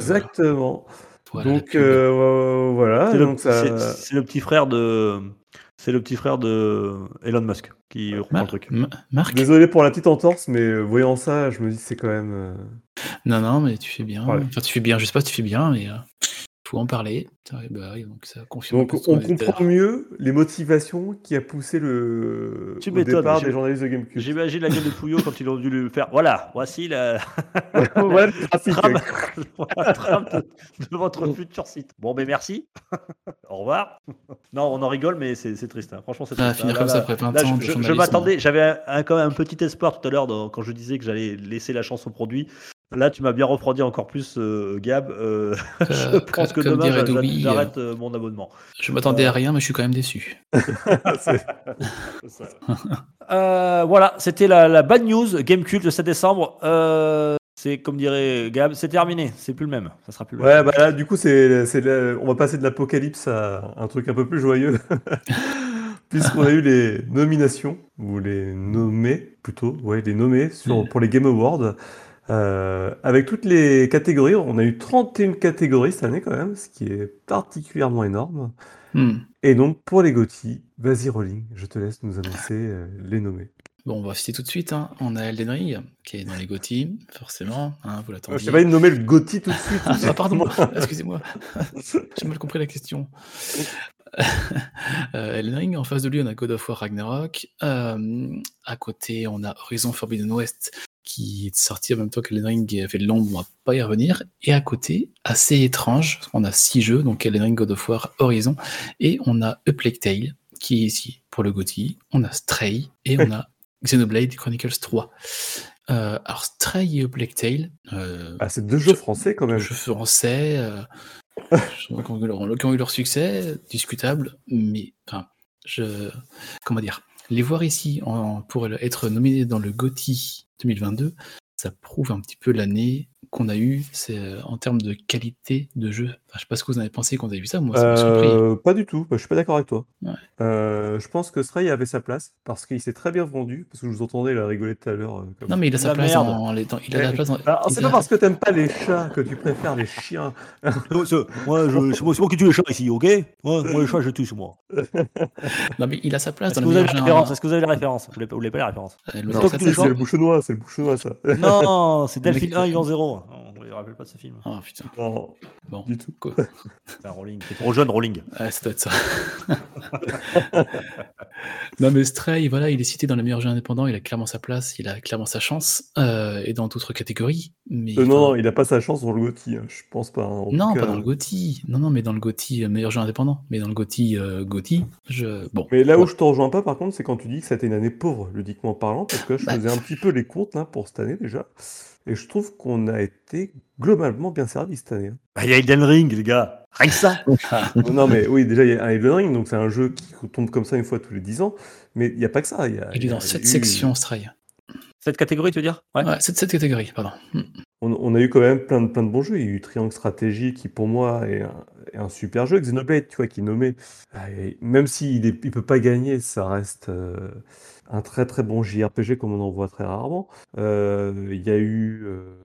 Exactement. Voilà, Donc la pub. voilà. C'est Donc ça... c'est le petit frère de C'est le petit frère de Elon Musk qui reprend le truc. Marc? Désolé pour la petite entorse, mais voyant ça, je me dis c'est quand même. Non, mais tu fais bien. Ouais. Enfin, tu fais bien, je sais pas si tu fais bien, mais faut en parler. Bah oui, donc ça confirme. Donc on comprend mieux les motivations qui a poussé Tu au m'étonnes, départ des journalistes de Gamecube. J'imagine la gueule de Pouillot quand ils ont dû le faire. Voilà, voici la Ouais, le trafic. trame, la trame de votre futur site. Bon, ben merci. Au revoir. Non, on en rigole, mais c'est triste. Hein. Franchement, c'est Ah, triste. finir Là, comme là, ça après 20 là, ans de je journalisme. m'attendais, j'avais quand même un petit espoir tout à l'heure quand je disais que j'allais laisser la chance au produit. Là, tu m'as bien refroidi encore plus, Gab. Je pense que comme demain, dirait Louis, j'arrête mon abonnement. Je m'attendais à rien, mais je suis quand même déçu. C'est ça. Voilà, c'était la bad news Gamecult le 7 décembre. C'est comme dirait Gab, c'est terminé, c'est plus le même. Ça sera plus le Ouais, même. bah là, du coup, on va passer de l'apocalypse à un truc un peu plus joyeux. Puisqu'on a eu les nominations, ou les nommés plutôt, ouais, les nommés pour les Game Awards. Avec toutes les catégories, on a eu 31 catégories cette année quand même, ce qui est particulièrement énorme. Et donc pour les GOTY, vas-y Rolling, je te laisse nous annoncer les nommés. Bon, on va citer tout de suite. Hein. On a Elden Ring, qui est dans les GOTY, forcément. Hein, vous l'attendiez. Je t'ai pas dit de nommer le GOTY tout de suite. Ah, pardon, excusez-moi. J'ai mal compris la question. Elden Ring, en face de lui, on a God of War Ragnarok. À côté, on a Horizon Forbidden West, qui est sorti en même temps qu'Elden Ring et a fait de l'ombre, on va pas y revenir. Et à côté, assez étrange, on a 6 jeux, donc Elden Ring, God of War, Horizon, et on a A Plague Tale, qui est ici pour le GOTY, on a Stray, et on a Xenoblade Chronicles 3. Alors Stray et A Plague Tale... c'est 2 jeux français quand même. 2 jeux français... qui ont eu leur succès, discutable, mais enfin, comment dire, les voir ici pour être nominés dans le GOTY 2022, ça prouve un petit peu l'année qu'on a eue en termes de qualité de jeu. Enfin, je sais pas ce que vous en avez pensé quand vous avez vu ça, moi ça m'a surpris. Pas du tout, je suis pas d'accord avec toi. Ouais. Je pense que Stray avait sa place parce qu'il s'est très bien vendu, parce que je vous entendais la rigoler tout à l'heure. Non mais il a sa place il a la place Alors c'est pas parce que t'aimes pas les chats que tu préfères les chiens. C'est moi qui tue les chats ici, ok? Moi les chats je tue sur moi. Non mais il a sa place Est-ce dans que le vous avez meilleur la jeu. référence? Est-ce que vous avez la référence? Vous l'avez pas la référence? C'est le bouchonnois, ça. Non, c'est Delphine 1 Yvan 0. On ne rappelle pas de ce film. Oh putain. Non, Bon, du tout. cool. C'est un Rolling. C'est trop jeune Rolling. Ouais, ça doit être ça. Non mais Stray, voilà, il est cité dans les meilleurs jeux indépendants, il a clairement sa place, il a clairement sa chance, et dans d'autres catégories. Mais non, il a pas sa chance dans le GOTY, je pense pas. Non, pas dans le GOTY. Non, mais dans le GOTY meilleur jeu indépendant. Mais dans le GOTY, bon. Mais là où je te rejoins pas, par contre, c'est quand tu dis que c'était une année pauvre, ludiquement parlant, parce que je faisais un petit peu les comptes là, pour cette année déjà, et je trouve qu'on a été globalement bien servi cette année. Il y a Elden Ring, les gars. Rien que ça. Non, mais oui, déjà, il y a un Elden Ring, donc c'est un jeu qui tombe comme ça une fois tous les 10 ans, mais il n'y a pas que ça. Il est dans cette section, Stray. Cette catégorie, tu veux dire? Ouais, cette catégorie, pardon. On a eu quand même plein de bons jeux. Il y a eu Triangle Stratégie, qui pour moi est un super jeu. Xenoblade, tu vois, qui est nommé. Même s'il ne peut pas gagner, ça reste un très très bon JRPG comme on en voit très rarement. Il y a eu...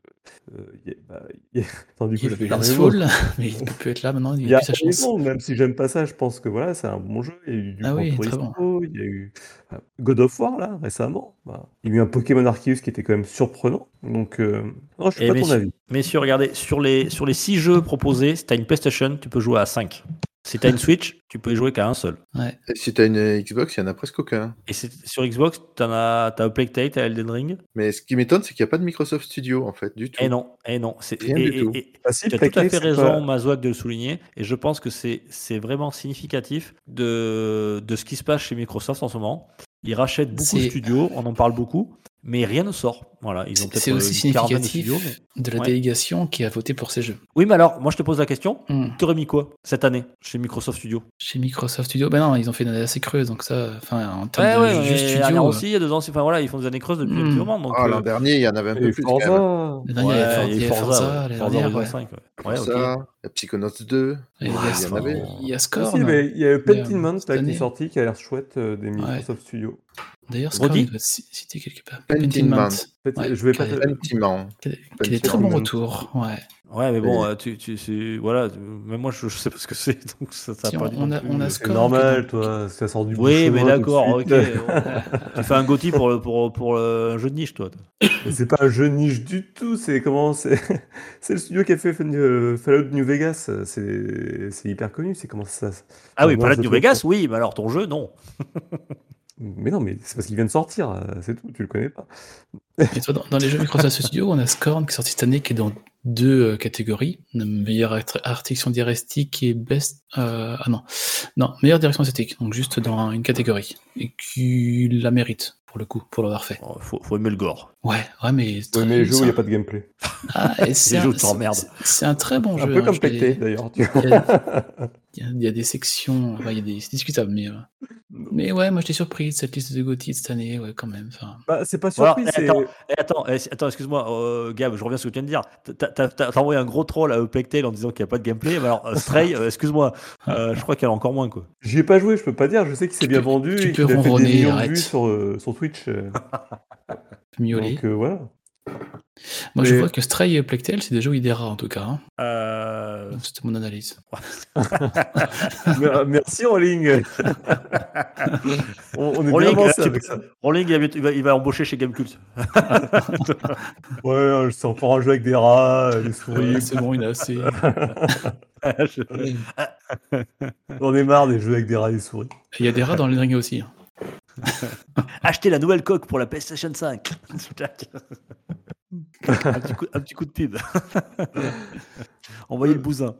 Attends, du coup, il y a Fall, mais il ne peut plus être là maintenant. Il y a plus sa chance. Même si j'aime pas ça, je pense que voilà, c'est un bon jeu. Il y a eu du Gran Turismo, bon. il y a eu God of War là récemment. Il y a eu un Pokémon Arceus qui était quand même surprenant. Donc, non, je suis pas ton avis. Messieurs, regardez, sur les 6 jeux proposés, si tu as une PlayStation, tu peux jouer à 5. Si tu as une Switch, tu peux y jouer qu'à un seul. Ouais. Et si tu as une Xbox, il n'y en a presque aucun. Et sur Xbox, tu as A Plague Tale, tu as Elden Ring. Mais ce qui m'étonne, c'est qu'il n'y a pas de Microsoft Studio, en fait, du tout. Et non. Rien du tout. Tu as tout à fait raison, Mazouak, de le souligner. Et je pense que c'est vraiment significatif de ce qui se passe chez Microsoft en ce moment. Ils rachètent beaucoup de studios, on en parle beaucoup, mais rien ne sort. Voilà, ils ont peut-être c'est aussi significatif studios, de la délégation qui a voté pour ces jeux. Oui, mais alors, moi je te pose la question, tu aurais mis quoi cette année chez Microsoft Studio? Chez Microsoft Studio, ben non, ils ont fait une année assez creuse, donc ça, enfin, en termes de jeux studio. Aussi, il y a 2 ans, enfin voilà, ils font des années creuses depuis un petit moment. Donc, l'an dernier, il y en avait un peu plus. Forza. L'année dernière, il y avait Forza, l'année dernière, 5. Forza, il y a Psychonauts 2. Il y a Scorn. Il y a Pentiment qui est sorti, qui a l'air chouette des Microsoft Studio. D'ailleurs, Scorn Redis. doit citer quelque part. Pentiment. En fait, Ouais, je vais pas qui a- Sentiment. qui a des très bons retours. Ouais. Ouais, mais bon, Et- voilà, même moi je sais pas ce que c'est, donc ça Si, a pas du on non a- plus. on a C'est Scorn normal, que dans- toi, ça sort du bout Oui, de mais chemin tout de d'accord, ok. suite. Tu fais un GOTY pour un jeu de niche, toi. Mais c'est pas un jeu niche du tout, c'est comment c'est c'est le studio qui a fait Fallout New Vegas, c'est hyper connu, c'est comment ça Ah oui, l'ambiance Fallout de New truc, Vegas, oui, mais alors ton jeu, non. Mais non, mais c'est parce qu'il vient de sortir, c'est tout, tu le connais pas. Et toi, dans les jeux Microsoft Studio, on a Scorn qui est sorti cette année, qui est dans 2 catégories. Meilleure direction diégétique et best. Non, meilleure direction esthétique, donc juste dans une catégorie. Et qui la mérite, pour le coup, pour l'avoir fait. Oh, faut aimer le gore. Ouais, mais. Ouais, mais les jeux où il n'y a pas de gameplay. Et c'est Les jeux un, où t'emmerdes. c'est un très bon Un jeu. peu hein, comme je l'ai- Pecté d'ailleurs. Tu vois. Il y a des sections, c'est discutable, mais ouais, moi j'étais surpris de cette liste de GOTY de cette année, ouais, quand même. Enfin, Bah, c'est pas Voilà, surpris, c'est. attends, excuse-moi, Gab, je reviens sur ce que tu viens de dire. T'as envoyé un gros troll à Plectail en disant qu'il n'y a pas de gameplay, mais alors Stray, excuse-moi, je crois qu'elle a encore moins, quoi. J'y ai pas joué, je peux pas dire, je sais qu'il s'est bien vendu tu et peux qu'il a fait des ronronner, millions de arrête. vues sur Twitch. miauler. Donc voilà. Moi je mais- vois que Stray et Plectel, c'est des jeux Idera en tout cas. hein. Euh, C'était mon analyse. Merci Rolling. on est Rolling, bien avancé tu avec peux- ça. Rolling, il va embaucher chez Gamecult. Ouais, c'est encore un jeu avec des rats, des souris. C'est bon, il a assez. On est marre des jeux avec des rats et des souris. Il y a des rats dans le ring aussi. hein. Achetez la nouvelle coque pour la PlayStation 5. un petit coup de pub. Envoyez le bousin.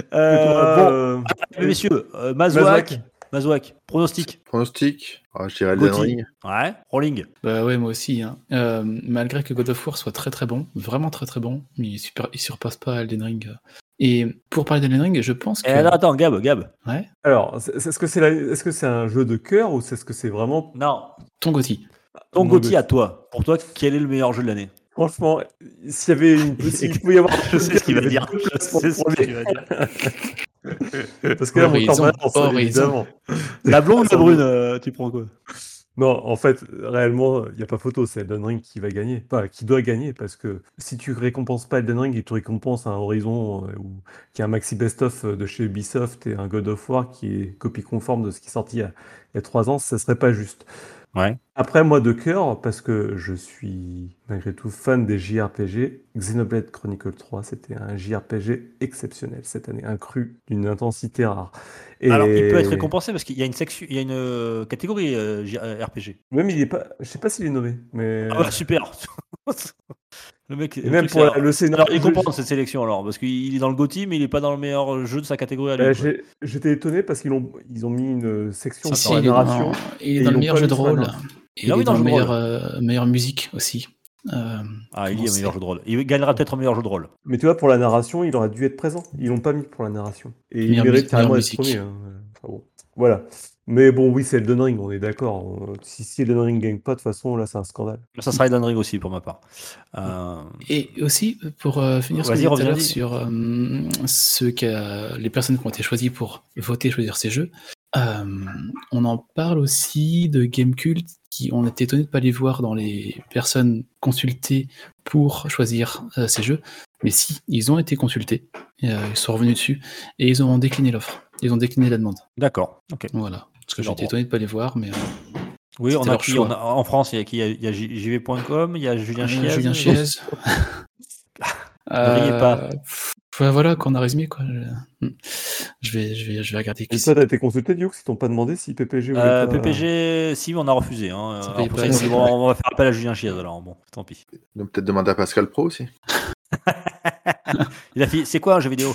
Bon, messieurs, Mazouak, pronostic. Pronostic. Je dirais Elden GOTY. Ring. Ouais, Rolling. Bah ouais, moi aussi. hein. Malgré que God of War soit très très bon, vraiment très très bon, mais il surpasse pas Elden Ring. Et pour parler d'Elden Ring, je pense que. Et alors, attends, Gab. Ouais, Alors, est-ce que c'est un jeu de cœur ou est-ce que c'est vraiment Non, ton GOTY. ton Mon GOTY GOTY. à toi. Pour toi, quel est le meilleur jeu de l'année? Franchement, s'il y avait s'il pouvait y avoir Je sais ce qu'il va il y dire. avait deux Je placements sais ce pour qu'il lui. va dire. Parce que là, mon Horizon, temps balance, Horizon. évidemment. La blonde ou la brune, tu prends quoi? Non, en fait, réellement, il n'y a pas photo, c'est Elden Ring qui va gagner. Enfin, qui doit gagner, parce que si tu récompenses pas Elden Ring et tu récompenses un Horizon qui est un maxi best-of de chez Ubisoft et un God of War qui est copie conforme de ce qui est sorti il y a 3 ans, ça serait pas juste. Ouais. Après, moi, de cœur, parce que je suis malgré tout fan des JRPG, Xenoblade Chronicle 3, c'était un JRPG exceptionnel cette année, un cru d'une intensité rare. Et Alors, il peut être récompensé parce qu'il y a une section, il y a une catégorie RPG. même il est pas, je sais pas s'il est nommé, mais Ah bah super. Le mec. et même pour le scénario. Alors, il comprend cette sélection alors parce qu'il est dans le GOTY mais il est pas dans le meilleur jeu de sa catégorie à lui. quoi. J'étais étonné parce qu'ils ont mis une section Si, sur la il est narration. il est et dans ils le l'ont meilleur pas jeu mis de sur la rôle. narration. Et Ah il oui, est dans dans le le jeu de meilleure musique aussi. Il est comment meilleur jeu de rôle. Il gagnera peut-être un meilleur jeu de rôle. Mais tu vois, pour la narration, il aurait dû être présent. Ils l'ont pas mis pour la narration. Et il Meilleure mérite musique, carrément meilleure d'être premier. Hein. Enfin, bon. Voilà. Mais bon, oui, c'est Elden Ring, on est d'accord. Si Elden Ring gagne pas, de toute façon, là, c'est un scandale. Ça sera Elden Ring aussi pour ma part. Et aussi, pour finir ce que Vas-y, je disais tout à reviens, l'heure dis. sur les personnes qui ont été choisies pour voter, choisir ces jeux, on en parle aussi de Gamecult, qui on était étonné de ne pas les voir dans les personnes consultées pour choisir ces jeux. Mais si, ils ont été consultés, ils sont revenus dessus, et ils ont décliné l'offre. Ils ont décliné la demande. D'accord. Ok. Voilà. Parce que C'est leur j'étais droit. étonné de ne pas les voir, mais Oui, on C'était a leur qui choix. en France, il y a qui? Il y a JV.com, il y a Julien Chiez. Julien Chiez. Ne riez pas. Voilà qu'on a résumé quoi. Je vais regarder qui Et toi, t'as été consulté, Dioux, ils t'ont pas demandé si PPG voulait pas... PPG, si, on a refusé. Hein. Ça Alors, paye pour pas ça, ils assez. ont dit, bon, on va faire appel à Julien Chiez, alors bon, tant pis. Donc peut-être demander à Pascal Pro aussi. Il a fait, c'est quoi un jeu vidéo?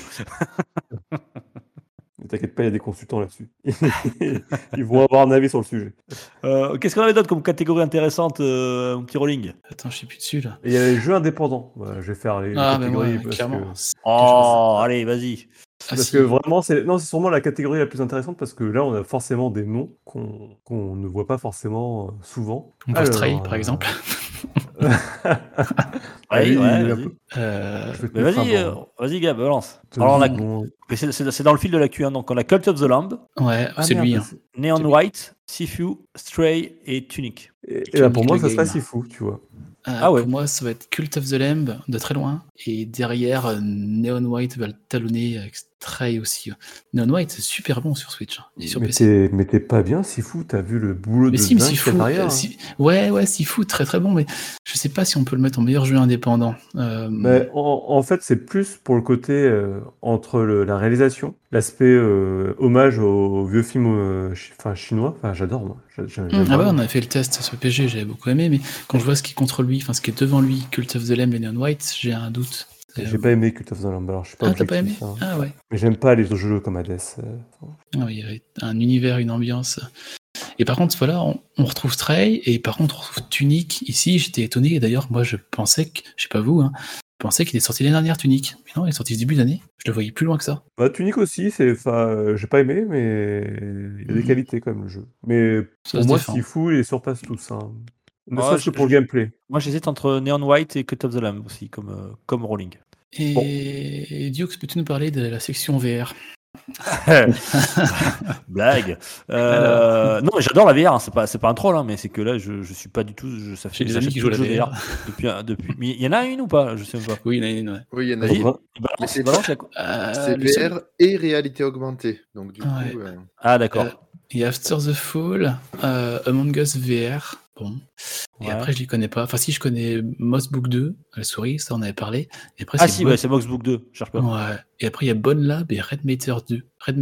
Ne t'inquiète pas, il y a des consultants là-dessus. Ils vont avoir un avis sur le sujet. Qu'est-ce qu'on avait d'autre comme catégorie intéressante, mon petit Rolling? Attends, je suis plus dessus là. Et il y a les jeux indépendants. Voilà, je vais faire les Ah mais catégories ouais, parce clairement. que... C'est quelque Oh, chose. allez, vas-y. Ah, Parce si. que vraiment, c'est sûrement la catégorie la plus intéressante parce que là, on a forcément des noms qu'on ne voit pas forcément souvent. On voit Stray Alors, par exemple. Allez, Ouais, il est un vas-y. peu- je vais te Mais mettre un vas-y, banc. vas-y Gab, balance. Deux Alors secondes. mais c'est dans le fil de l'actu, hein. Donc on a Cult of the Lamb, Ouais, Ah c'est merde, lui. Hein. Neon C'est lui. White, Sifu, Stray et Tunic. Et bah, pour Tunic moi, le ça serait game. si fou, tu vois. Ah ouais. Pour moi, ça va être Cult of the Lamb de très loin. Et derrière, Neon White va le talonner avec Stray aussi. Neon White, c'est super bon sur Switch et sur PC. Mais t'es pas bien, si fou, t'as vu le boulot Mais de si, mais dingue si qu'il y a fou. derrière. Ouais, si fou, très très bon. Mais je sais pas si on peut le mettre en meilleur jeu indépendant. Mais en fait, c'est plus pour le côté entre la réalisation, l'aspect hommage aux vieux films chinois. Enfin, j'adore, moi. J'aime Ah bah, vraiment. on a fait le test sur PG, j'avais beaucoup aimé. Mais quand je vois ce qui est contre lui, enfin ce qui est devant lui, Cult of the Lamb et Neon White, j'ai un doute. J'ai pas aimé Cult of the Lamb, alors je suis pas Ah, t'as pas aimé? objectif. Hein. Ah ouais. Mais j'aime pas les autres jeux comme Hades. Ah oui, il y avait un univers, une ambiance. Et par contre, voilà, on retrouve Stray, et par contre, on retrouve Tunic. Ici, j'étais étonné, et d'ailleurs, moi, je pensais que, je sais pas vous, hein, je pensais qu'il est sorti l'année dernière, Tunic. Mais non, il est sorti ce début d'année. Je le voyais plus loin que ça. Bah, Tunic aussi, j'ai pas aimé, mais il y a des qualités quand même, le jeu. Mais Ça pour se moi, défend. Sifu, il surpasse tous. Hein. Ne Ouais, serait-ce que pour le gameplay. Moi j'hésite entre Neon White et Cult of the Lamb aussi, comme Rolling. Et Dukes, peux-tu nous parler de la section VR? Blague. Non, mais j'adore la VR, hein, c'est pas un troll, hein, mais c'est que là, je suis pas du tout. Ça fait J'ai des amis qui jouent à la VR. depuis. Mais il y en a une ou pas? Je sais même pas. Oui, il y en a une, ouais. Oui, il y en a Vas-y, une. balance, c'est balance C'est le seul- VR et réalité augmentée. Donc du Ouais. coup, Ah, d'accord. Il y a After the Fall, Among Us VR. Bon. Et Ouais. après, je les connais pas. Enfin, si, je connais Moss Book 2, la souris, ça, on avait parlé. Et après, Ah, c'est si, ouais, c'est Moxbook 2, je cherche pas. Ouais. Et après, il y a Bone Lab et Red Matter 2.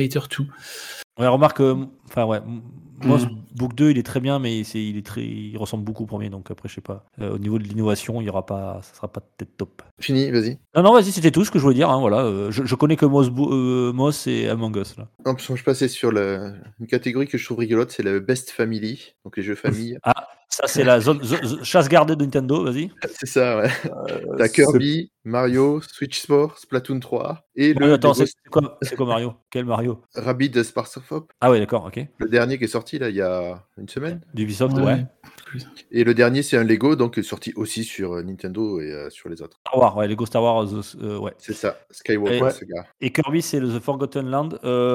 Ouais, remarque, enfin, ouais, Moxbook 2, il est très bien, mais il ressemble beaucoup au premier, donc après, je sais pas. Au niveau de l'innovation, il y aura pas, ça sera pas peut-être top. fini, vas-y. Non, vas-y, c'était tout ce que je voulais dire, hein, voilà. Je connais que Moss et Among Us, là. En plus, je passais sur une catégorie que je trouve rigolote, c'est le Best Family, donc les jeux famille. Ah, ça, c'est la zone chasse gardée de Nintendo, vas-y. C'est ça, ouais. T'as Kirby, Mario, Switch Sport, Splatoon 3 et Oui, attends, c'est quoi Mario? Quel Mario? Rabbids Sparks of Hope, Ah ouais, d'accord, ok. le dernier qui est sorti là il y a une semaine. D'Ubisoft, ouais. Et le dernier c'est un Lego, donc sorti aussi sur Nintendo et sur les autres. Star Wars, ouais, Lego Star Wars, ouais. C'est ça, Skywalker, Et- ce gars. Et Kirby, c'est The Forgotten Land.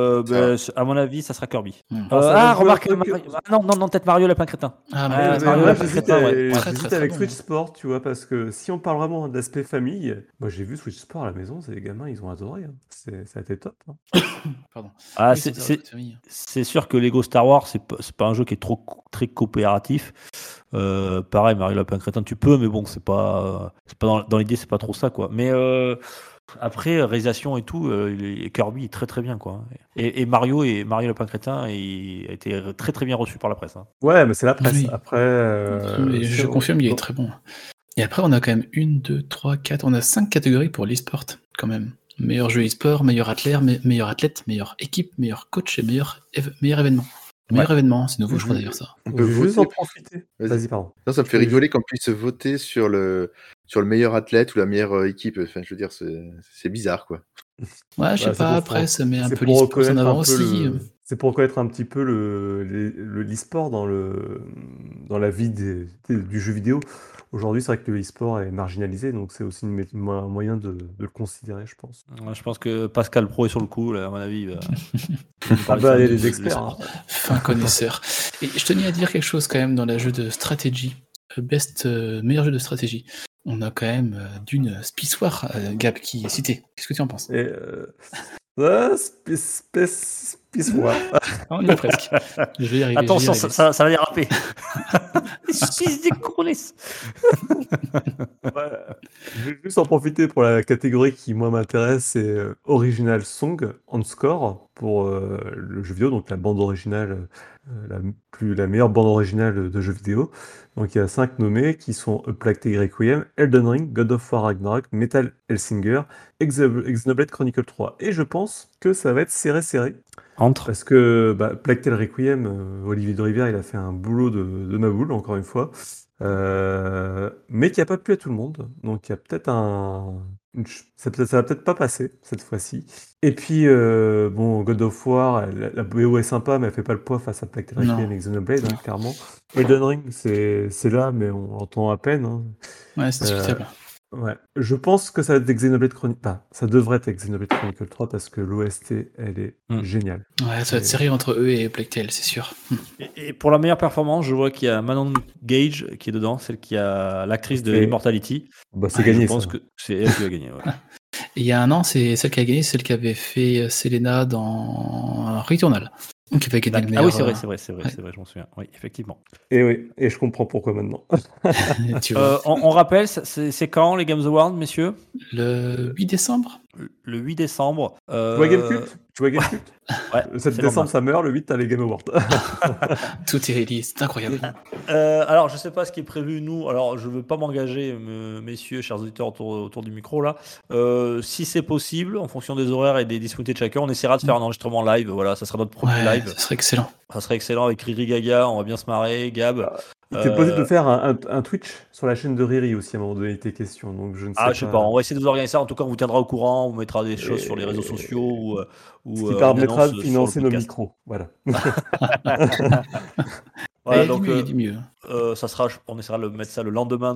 À mon avis, ça sera Kirby. Alors, ça va jouer Remarque, un truc- non, peut-être Mario Lapin Crétin. Ah, Mais Mario, Mario moi, Lapin j'hésite Crétin, ouais. avec, Très, j'hésite très, très avec bon, Switch hein. Sport, tu vois, parce que si on parle vraiment d'aspect famille, moi j'ai vu Switch Sport à la maison, c'est les gamins, ils ont adoré. Hein. Ça a été top. Hein. Pardon. Ah, Oui, c'est sûr que Lego Star Wars, c'est pas un jeu qui est très coopératif. Pareil, Mario Lapin Crétin, tu peux, mais bon, c'est pas dans l'idée, c'est pas trop ça, quoi. Mais après, réalisation et tout, Kirby est très très bien, quoi. Et Mario Lapin Crétin a été très très bien reçu par la presse. Hein. Ouais, mais c'est la presse. Oui. Après, Mais je confirme, il est très bon. Et après, on a quand même 1, 2, 3, 4. On a 5 catégories pour l'e-sport, quand même. Meilleur jeu e-sport, meilleur athlète, meilleure équipe, meilleur coach et meilleur événement. Meilleur événement, c'est nouveau, je crois d'ailleurs ça. On je peut vais juste voter. en profiter. Vas-y. Vas-y, pardon. Non, ça me fait rigoler qu'on puisse voter sur le meilleur athlète ou la meilleure équipe. Enfin, je veux dire, c'est bizarre, quoi. Ouais, je sais Bah, pas, c'est après, pour- ça met un c'est peu pour l'e-sport en reconnaître avant un peu aussi. C'est pour reconnaître un petit peu l'e-sport dans la vie du jeu vidéo. Aujourd'hui, c'est vrai que le e-sport est marginalisé, donc c'est aussi un moyen de le considérer, je pense. Ouais, je pense que Pascal Pro est sur le coup, là, à mon avis. Ah bah, il y a des experts. Hein. Fin connaisseur. Et je tenais à dire quelque chose quand même dans le jeu de stratégie. Meilleur jeu de stratégie. On a quand même d'une Spice-War, Gab, qui est cité. Qu'est-ce que tu en penses? Et Space War. On y est presque. Je vais y arriver. Attention, je vais y ça va déraper. Fils des coulisses. Ouais. Je vais juste en profiter pour la catégorie qui, moi, m'intéresse, c'est Original Song on Score pour le jeu vidéo, donc la bande originale, la meilleure bande originale de jeu vidéo. Donc il y a 5 nommés qui sont A Plague Tale Requiem, Elden Ring, God of War Ragnarok, Metal Hellsinger, Xenoblade Chronicle 3. Et je pense que ça va être serré. Entre. Parce que Plague Tale Requiem, Olivier de Rivière, il a fait un boulot de ma boule, encore une fois. Mais qui n'a pas plu à tout le monde. Donc il y a peut-être Ça va peut-être pas passer cette fois-ci. Et puis, bon, God of War, la BO est sympa, mais elle fait pas le poids face à Plague Tale Requiem Non. et Xenoblade, hein, clairement. Elden Ring, c'est là, mais on l'entend à peine. Hein. Ouais, c'est discutable. Ouais. Je pense que ça va être Xenoblade Chronicle. Enfin, ça devrait être Xenoblade Chronicle 3 parce que l'OST, elle est géniale. Ouais, ça va être serré entre eux et Plague Tale, c'est sûr. Et pour la meilleure performance, je vois qu'il y a Manon Gage qui est dedans, celle qui a l'actrice de Et- Immortality. Bah, c'est Et gagné, je pense ça. que c'est elle qui va gagner. ouais. Et il y a un an, c'est celle qui a gagné, celle qui avait fait Selena dans Returnal. Qui avait gagné le Ah meilleur. oui, c'est vrai, je m'en souviens. Oui, effectivement. Et oui, et je comprends pourquoi maintenant. Tu vois. On rappelle, c'est quand les Games Awards, messieurs? Le 8 décembre. Le 8 décembre. Tu vois Gamecult Ouais, Le 7 c'est décembre, normal. ça meurt, le 8, t'as les Game Awards. Tout est réalisé, c'est incroyable. Alors, je sais pas ce qui est prévu, nous. Alors, je veux pas m'engager, messieurs, chers auditeurs autour du micro, là. Si c'est possible, en fonction des horaires et des disponibilités de chacun, on essaiera de faire un enregistrement live. Voilà, ça sera notre premier Ouais, live. ça serait excellent. Ça serait excellent avec Riri Gaga, on va bien se marrer, Gab. C'est possible de faire un Twitch sur la chaîne de Riri aussi à un moment donné, tes questions. Donc je ne sais Ah, pas. je sais pas, on va essayer de vous organiser ça. En tout cas, on vous tiendra au courant, on vous mettra des choses sur les réseaux sociaux ou Ce qui une permettra annonce de sur financer le nos podcast. micros. Voilà. Voilà, il donc, y a du mieux. ça sera, on essaiera de mettre ça le lendemain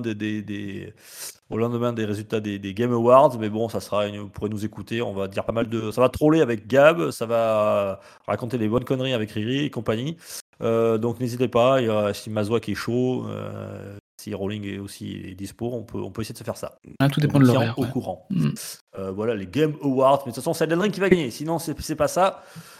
au lendemain des résultats des Game Awards, mais bon, ça sera, vous pourrez nous écouter, on va dire pas mal ça va troller avec Gab, ça va raconter des bonnes conneries avec Riri et compagnie. Donc n'hésitez pas, il y a si Mazwa qui est chaud, si Rowling est aussi dispo, on peut essayer de se faire ça. Ah, tout dépend On de vous tient l'horaire. au Ouais. courant. Mm. Voilà les Game Awards, mais de toute façon c'est Elden Ring qui va gagner, sinon c'est pas ça.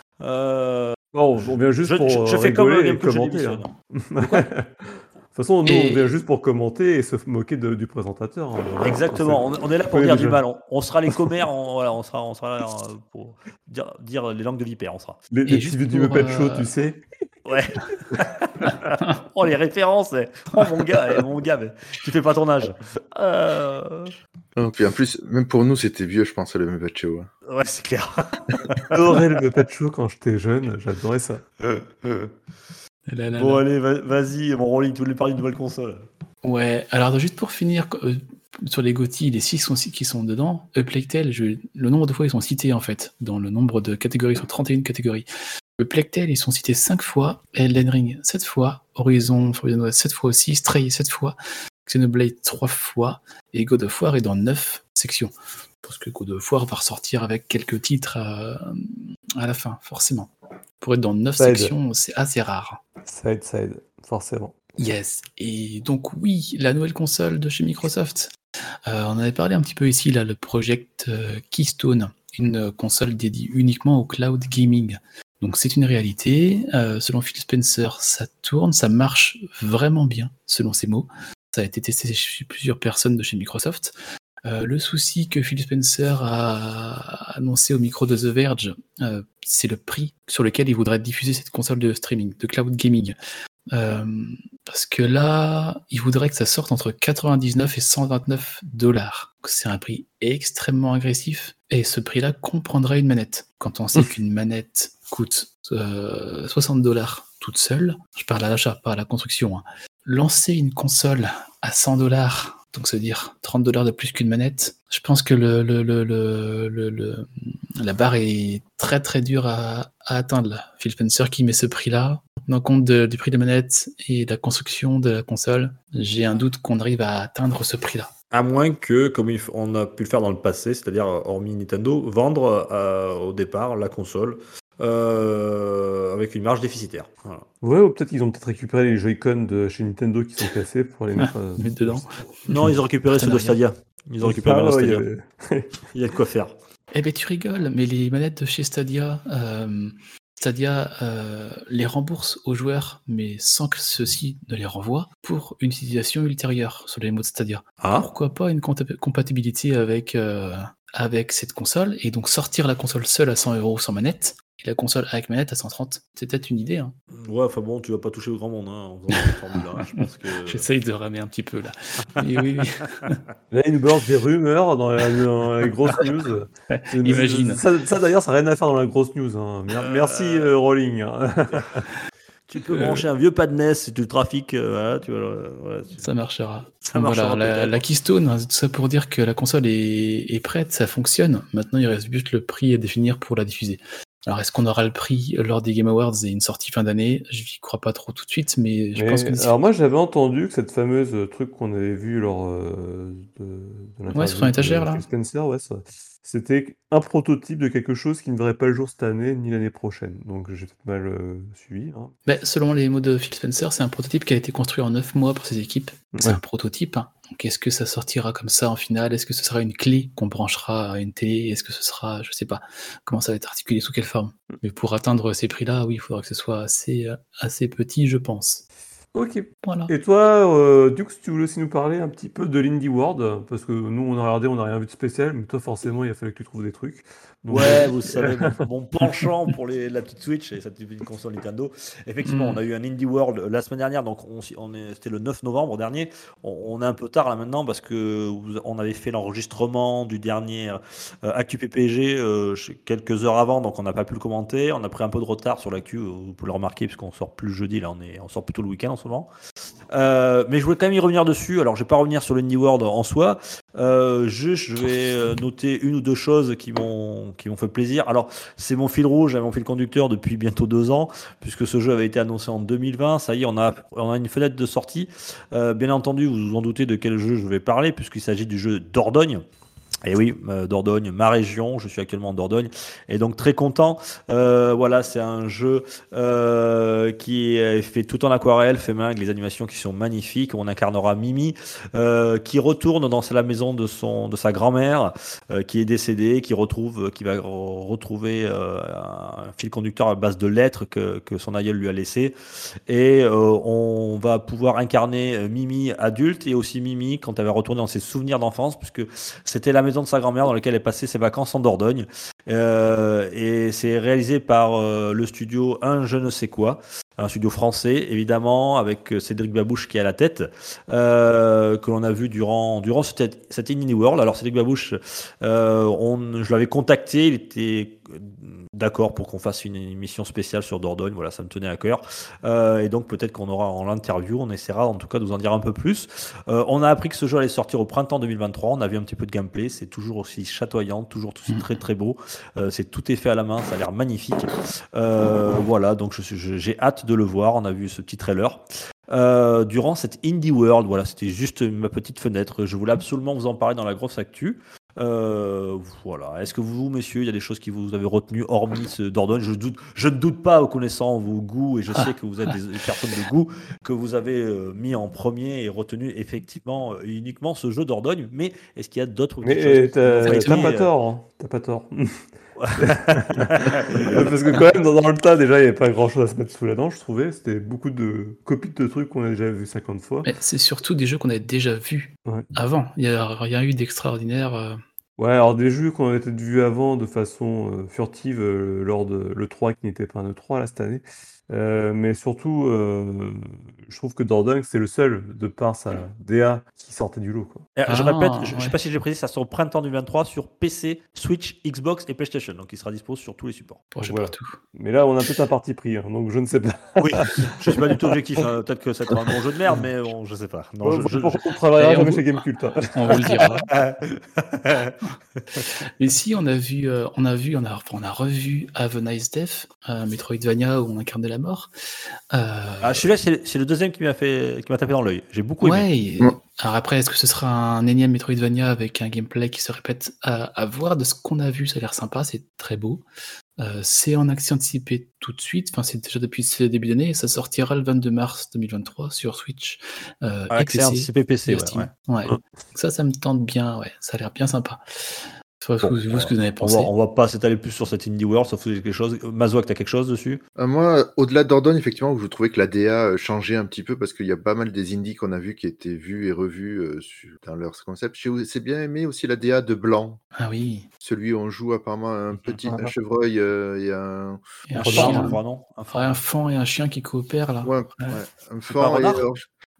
Bon, on vient juste pour je fais comme rigoler et Game Coach, je commenter. démissionne. De toute façon, nous, Et- on vient juste pour commenter et se moquer du présentateur. Hein. Voilà, Exactement, on est là pour Oui, dire déjà. du mal. On sera les commères, on sera là pour dire les langues de vipère, on sera. Les Et petits juste du pour, Muppet Show, tu sais. Ouais. Oh les références. Oh mon gars, mais tu fais pas ton âge. Oh, puis en plus, même pour nous, c'était vieux, je pense, le Muppet Show. Hein. Ouais, c'est clair. J'adorais le Muppet Show quand j'étais jeune, j'adorais ça. Là, là, Bon là. allez, vas-y, mon Rolling, tu voulais parler d'une nouvelle console. Ouais, alors juste pour finir, sur les GOTY, les 6 qui sont dedans, Plague Tale, le nombre de fois ils sont cités en fait, dans le nombre de catégories, sur 31 catégories. Plague Tale, ils sont cités 5 fois, Elden Ring 7 fois, Horizon Forbidden West 7 fois aussi, Stray 7 fois, Xenoblade 3 fois, et God of War est dans 9 sections. Parce que God of War va ressortir avec quelques titres à la fin, forcément. Pour être dans 9 Ça aide. sections, c'est assez rare. Ça aide, forcément. Yes, et donc oui, la nouvelle console de chez Microsoft. On avait parlé un petit peu ici, là, le Project Keystone, une console dédiée uniquement au cloud gaming. Donc c'est une réalité, selon Phil Spencer, ça tourne, ça marche vraiment bien, selon ses mots. Ça a été testé chez plusieurs personnes de chez Microsoft. Le souci que Phil Spencer a annoncé au micro de The Verge, c'est le prix sur lequel il voudrait diffuser cette console de streaming, de cloud gaming. Parce que là, il voudrait que ça sorte entre 99 et 129 $. C'est un prix extrêmement agressif. Et ce prix-là comprendrait une manette. Quand on sait qu'une manette coûte 60 $ toute seule, je parle à l'achat, pas à la construction. Hein. Lancer une console à 100 $, donc c'est à dire 30 $ de plus qu'une manette, je pense que la barre est très très dure à atteindre. Là. Phil Spencer qui met ce prix-là, en tenant compte du prix de la manette et de la construction de la console, j'ai un doute qu'on arrive à atteindre ce prix-là. À moins que, comme on a pu le faire dans le passé, c'est-à-dire hormis Nintendo, vendre au départ la console avec une marge déficitaire. Voilà. Ouais, ou peut-être qu'ils ont récupéré les Joy-Con de chez Nintendo qui sont cassés pour les mettre Mettre dedans. Non, ils ont récupéré ceux de Stadia. Ils ont récupéré Ah, le ouais, Stadia. Il y a de quoi faire. Eh ben tu rigoles, mais les manettes de chez Stadia, les rembourse aux joueurs, mais sans que ceux-ci ne les renvoient, pour une utilisation ultérieure sur les mots de Stadia. Ah. Pourquoi pas une compatibilité avec cette console, et donc sortir la console seule à 100 € sans manette, et la console avec manette à 130. C'est peut-être une idée. Hein. Ouais, enfin bon, tu vas pas toucher au grand monde en faisant cette formule-là. Je pense que... J'essaye de ramer un petit peu là. Mais oui. Là, il nous balance des rumeurs dans les grosses news. Imagine. Ça d'ailleurs, ça n'a rien à faire dans la grosse news. Hein. Merci, Rowling. Hein. Tu peux brancher un vieux pad NES si tu le trafiques, voilà, tu vois, voilà, Ça marchera. ça Donc marchera voilà, peut-être. la Keystone, hein, tout ça pour dire que la console est prête, ça fonctionne. Maintenant, il reste juste le prix à définir pour la diffuser. Alors, est-ce qu'on aura le prix lors des Game Awards et une sortie fin d'année? Je n'y crois pas trop tout de suite, mais je pense que d'ici. Alors moi j'avais entendu que cette fameuse truc qu'on avait vu lors de Ouais, sur ton l'interview étagère, de là. Phil Spencer, ouais, c'était un prototype de quelque chose qui ne verrait pas le jour cette année ni l'année prochaine. Donc j'ai peut-être mal suivi. Hein. Ben, selon les mots de Phil Spencer, c'est un prototype qui a été construit en 9 mois pour ses équipes. C'est Ouais. un prototype. Hein. Donc, est-ce que ça sortira comme ça en finale? Est-ce que ce sera une clé qu'on branchera à une télé? Est-ce que ce sera, je sais pas, comment ça va être articulé, sous quelle forme? Mais pour atteindre ces prix-là, oui, il faudra que ce soit assez petit, je pense. Ok. Voilà. Et toi, du coup, si tu voulais aussi nous parler un petit peu de l'Indie World, parce que nous on a regardé, on n'a rien vu de spécial, mais toi forcément il a fallu que tu trouves des trucs. Donc, Ouais, vous savez, mon penchant pour la petite Switch et cette petite console Nintendo. Effectivement, on a eu un Indie World la semaine dernière, donc c'était le 9 novembre dernier. On est un peu tard là maintenant parce que on avait fait l'enregistrement du dernier Actu PPG quelques heures avant, donc on n'a pas pu le commenter. On a pris un peu de retard sur l'actu, vous pouvez le remarquer, puisqu'on sort plus le jeudi, là on sort plutôt le week-end en ce moment. Mais je voulais quand même y revenir dessus. Alors, je vais pas revenir sur le Indie World en soi. Juste, je vais noter une ou deux choses qui m'ont fait plaisir. Alors, c'est mon fil rouge, mon fil conducteur depuis bientôt 2 ans, puisque ce jeu avait été annoncé en 2020. Ça y est, on a une fenêtre de sortie. Bien entendu, vous vous en doutez de quel jeu je vais parler, puisqu'il s'agit du jeu Dordogne. Et oui, Dordogne, ma région, je suis actuellement en Dordogne, et donc très content. Voilà, c'est un jeu qui est fait tout en aquarelle, fait main, avec les animations qui sont magnifiques. On incarnera Mimi, qui retourne dans la maison de sa grand-mère, qui est décédée, qui va retrouver un fil conducteur à base de lettres que son aïeul lui a laissé. Et on va pouvoir incarner Mimi adulte et aussi Mimi quand elle va retourner dans ses souvenirs d'enfance, puisque c'était la maison de sa grand-mère dans laquelle elle passait ses vacances en Dordogne. Et c'est réalisé par le studio Un Je ne sais quoi, un studio français évidemment, avec Cédric Babouche qui est à la tête, que l'on a vu durant cette Indie World. Alors Cédric Babouche, je l'avais contacté, il était d'accord pour qu'on fasse une émission spéciale sur Dordogne, voilà, ça me tenait à cœur. Et donc peut-être qu'on aura en l'interview, on essaiera en tout cas de vous en dire un peu plus. On a appris que ce jeu allait sortir au printemps 2023, on a vu un petit peu de gameplay, c'est toujours aussi chatoyant, toujours aussi très très beau, c'est tout est fait à la main, ça a l'air magnifique. Voilà, donc j'ai hâte de le voir, on a vu ce petit trailer. Durant cette Indie World, voilà, c'était juste ma petite fenêtre, je voulais absolument vous en parler dans la grosse actu. Voilà. Est-ce que vous, messieurs, il y a des choses qui vous avez retenues hormis ce Dordogne? Je ne doute pas, en connaissant vos goûts, et je sais que vous êtes des personnes de goût, que vous avez mis en premier et retenu effectivement uniquement ce jeu Dordogne. Mais est-ce qu'il y a d'autres petites choses Mais qui vous ont t'as marqué, pas tort, hein. T'as pas tort. Parce que quand même, dans le tas, déjà, il n'y avait pas grand-chose à se mettre sous la dent, je trouvais. C'était beaucoup de copies de trucs qu'on a déjà vu 50 fois. Mais c'est surtout des jeux qu'on avait déjà vus Ouais. avant. Il n'y a rien eu d'extraordinaire. Ouais, alors des jeux qu'on avait peut-être vus avant de façon furtive lors de l'E3 qui n'était pas un E3 là cette année. Mais surtout, je trouve que Dordogne, c'est le seul, de par sa DA, qui sortait du lot, quoi. Je répète, je ne Ouais. sais pas si j'ai précisé, ça sort au printemps 2023 sur PC, Switch, Xbox et PlayStation. Donc il sera dispo sur tous les supports. Bon, je sais Voilà. pas tout. Mais là, on a peut-être un parti pris, hein, donc je ne sais pas. Oui, je ne suis pas du tout objectif. Peut-être que ça sera un bon jeu de merde, mais bon, je ne sais pas. Non, Ouais, pourquoi on travaillera Et on jamais vous- chez Gamecult, hein. On vous le dira. Mais si on a revu Have a Nice Death, Metroidvania où on incarnait la mort. Celui-là, c'est le deuxième qui m'a tapé dans l'œil. J'ai beaucoup aimé. Ouais. Ouais. Alors après, est-ce que ce sera un énième Metroidvania avec un gameplay qui se répète? À voir. De ce qu'on a vu, ça a l'air sympa, c'est très beau. C'est en accès anticipé tout de suite, enfin c'est déjà depuis ce début d'année, et ça sortira le 22 mars 2023 sur Switch et Accès PC. anticipé PC, et ouais, Steam. ouais. Ouais. Ça me tente bien, ouais. Ça a l'air bien sympa. Vous, ce que vous en avez On pensé? va pas s'étaler plus sur cette Indie World, sauf que quelque chose. Mazouak, t'as quelque chose dessus? Moi, au-delà de Dordogne, effectivement, où je trouvais que la DA changeait un petit peu, parce qu'il y a pas mal des indies qu'on a vus qui étaient vus et revus dans leur concept. J'ai bien aimé aussi la DA de Blanc, Ah oui. celui où on joue apparemment un chevreuil et un... Et un Renard, chien. je crois, non? Un Ouais, un fan et un chien qui coopèrent là. Ouais, Ouais. un C'est pas fan et... renard? alors,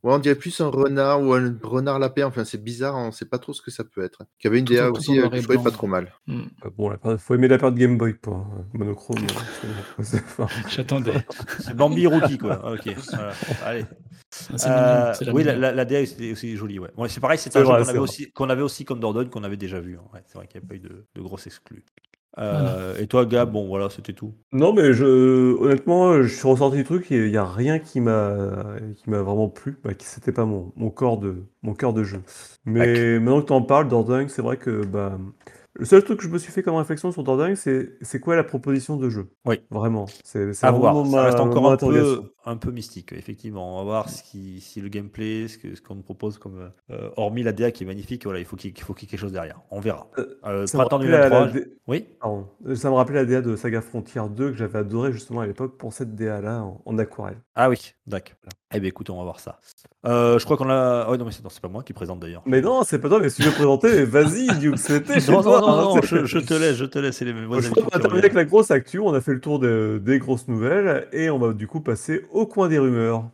Ouais, on dirait plus un renard ou un renard lapin. Enfin, c'est bizarre, on sait pas trop ce que ça peut être. Qui avait une Tout DA en aussi noir que et je trouvais pas blanc. trop mal. Bon, faut aimer la période Game Boy, quoi. Monochrome, c'est bon. J'attendais. C'est Bambi Rookie, quoi. Ah, ok, voilà. Allez. Ah, c'est mignon, c'est la Oui, meilleure. la DA est aussi jolie. Ouais. Ouais, c'est pareil, c'est C'est un jeu vrai, qu'on c'est avait, vrai. aussi comme Dordogne, qu'on avait déjà vu. Hein. Ouais, c'est vrai qu'il n'y a pas eu de grosses exclus. Voilà. Et toi, Gab, bon, voilà, c'était tout. Non, mais honnêtement, je suis ressorti du truc et il n'y a rien qui m'a vraiment plu. C'était pas mon cœur de jeu. Mais maintenant que tu en parles, Dordogne, c'est vrai que le seul truc que je me suis fait comme réflexion sur Dordogne, c'est quoi la proposition de jeu? Oui. Vraiment. C'est À vraiment voir, ça reste encore mon interrogation. un peu mystique, effectivement. On va voir si le gameplay, ce qu'on nous propose comme. Hormis la DA qui est magnifique, voilà, il faut qu'il y ait quelque chose derrière. On verra. Ça me Printemps rappelait la 2023. Oui. pardon. Ça me rappelait la DA de Saga Frontier 2 que j'avais adoré justement à l'époque pour cette DA-là en aquarelle. Ah oui, d'accord. Eh bien, écoute, on va voir ça. Je crois qu'on a. Oh non, mais c'est pas moi qui présente d'ailleurs. Mais non, c'est pas toi, mais si tu veux présenter, vas-y, Duke, c'était chez Non, toi. non, hein. je te laisse, c'est les mêmes Je crois qu'on a terminé avec la grosse actu, on a fait le tour des grosses nouvelles, et on va du coup passer au coin des rumeurs.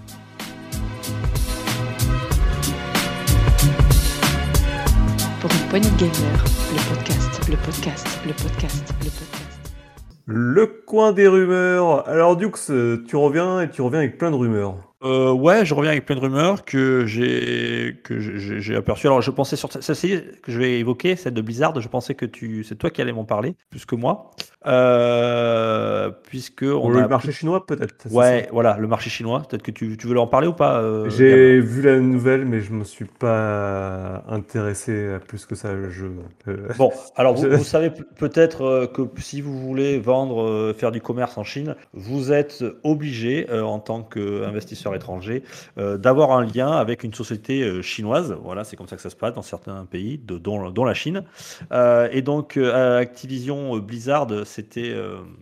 Pour une poignée de gamers, le podcast, le podcast, le podcast, le podcast. Le coin des rumeurs. Alors Dux, tu reviens avec plein de rumeurs. Ouais, je reviens avec plein de rumeurs que j'ai aperçues. Alors, je pensais sur celle-ci que je vais évoquer, celle de Blizzard. Je pensais que c'est toi qui allais m'en parler plus que moi, puisque Pour on le a marché chinois, peut-être. c'est ouais, ça. voilà, le marché chinois. Peut-être que tu veux leur en parler ou pas, Gab? J'ai vu la nouvelle, mais je me suis pas intéressé à plus que ça. Bon, alors Je- vous savez peut-être que si vous voulez vendre, faire du commerce en Chine, vous êtes obligé, en tant qu'investisseur étranger, d'avoir un lien avec une société chinoise. Voilà, c'est comme ça que ça se passe dans certains pays, dont la Chine. Et donc, Activision Blizzard, c'était.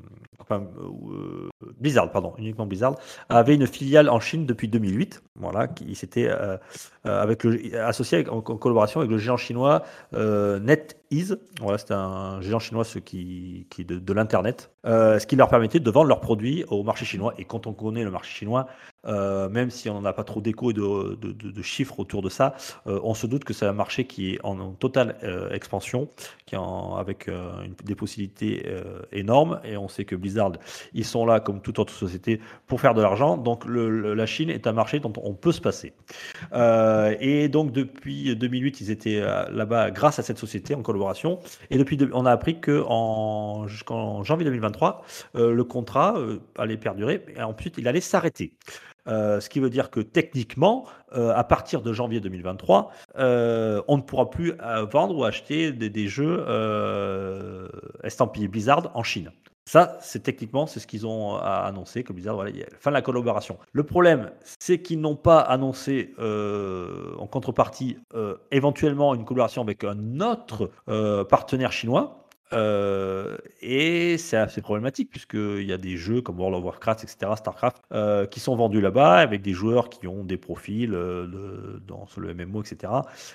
Blizzard, pardon, uniquement Blizzard, avait une filiale en Chine depuis 2008, voilà, qui s'était associé en collaboration avec le géant chinois NetEase. Voilà, c'est un géant chinois qui est de l'internet, ce qui leur permettait de vendre leurs produits au marché chinois. Et quand on connaît le marché chinois, même si on n'en a pas trop d'écho et de chiffres autour de ça, on se doute que c'est un marché qui est en totale expansion, avec des possibilités énormes. Et on sait que Blizzard, ils sont là comme toute autre société pour faire de l'argent. Donc la Chine est un marché dont on peut se passer. Et donc depuis 2008, ils étaient là-bas grâce à cette société en collaboration. Et on a appris jusqu'en janvier 2023, le contrat allait perdurer et ensuite il allait s'arrêter. Ce qui veut dire que techniquement, à partir de janvier 2023, on ne pourra plus vendre ou acheter des jeux estampillés Blizzard en Chine. Ça, c'est ce qu'ils ont annoncé, que Blizzard, voilà, il y a la fin de la collaboration. Le problème, c'est qu'ils n'ont pas annoncé en contrepartie éventuellement une collaboration avec un autre partenaire chinois. Et c'est assez problématique puisqu'il y a des jeux comme World of Warcraft, etc., Starcraft, qui sont vendus là-bas avec des joueurs qui ont des profils sur le MMO, etc.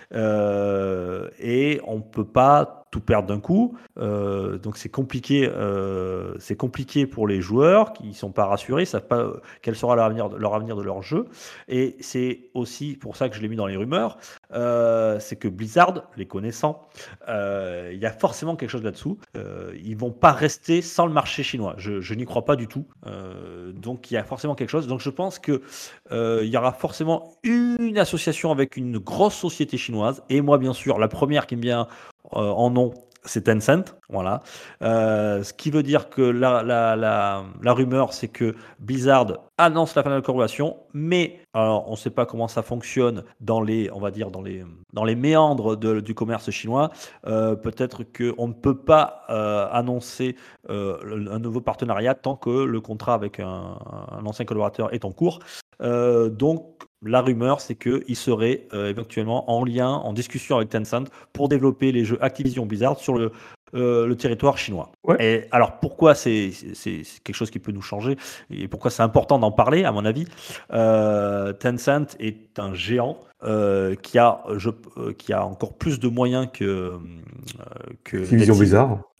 Et on ne peut pas tout perdre d'un coup. Donc c'est compliqué pour les joueurs qui ne sont pas rassurés, ne savent pas quel sera leur avenir de leur jeu. Et c'est aussi pour ça que je l'ai mis dans les rumeurs, c'est que Blizzard, les connaissant, il y a forcément quelque chose là-dessous. Ils vont pas rester sans le marché chinois. Je n'y crois pas du tout. Donc il y a forcément quelque chose. Donc je pense que il y aura forcément une association avec une grosse société chinoise. Et moi, bien sûr, la première qui me vient en nom, c'est Tencent, voilà. Ce qui veut dire que la rumeur, c'est que Blizzard annonce la fin de la collaboration, mais alors, on ne sait pas comment ça fonctionne dans les méandres du commerce chinois. Peut-être qu'on ne peut pas annoncer un nouveau partenariat tant que le contrat avec un ancien collaborateur est en cours. Donc, la rumeur, c'est qu'il serait éventuellement en discussion avec Tencent pour développer les jeux Activision Blizzard sur le territoire chinois. Ouais. Et alors, pourquoi c'est quelque chose qui peut nous changer et pourquoi c'est important d'en parler, à mon avis. Tencent est un géant qui a encore plus de moyens que Activision NetEase. Blizzard.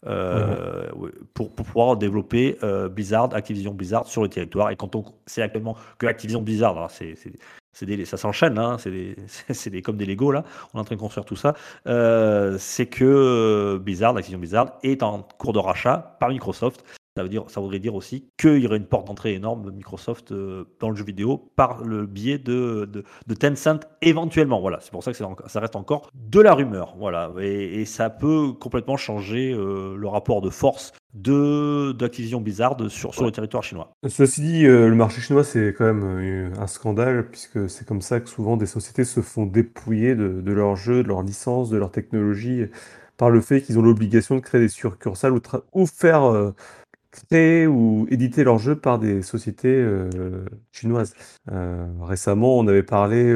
pour pouvoir développer Activision Blizzard sur le territoire. Et quand on sait actuellement que Activision Blizzard, alors ça s'enchaîne, hein, c'est comme des Lego là, on est en train de construire tout ça. C'est que Activision Blizzard est en cours de rachat par Microsoft. Ça voudrait dire aussi qu'il y aurait une porte d'entrée énorme de Microsoft dans le jeu vidéo par le biais de Tencent éventuellement. Voilà, c'est pour ça que ça reste encore de la rumeur. Voilà, et ça peut complètement changer le rapport de force d'Activision Blizzard sur le territoire chinois. Ceci dit, le marché chinois, c'est quand même un scandale, puisque c'est comme ça que souvent des sociétés se font dépouiller de leurs jeux, de leurs licences, de leur technologie, par le fait qu'ils ont l'obligation de créer des succursales ou faire créer ou éditer leurs jeux par des sociétés chinoises. Récemment, on avait parlé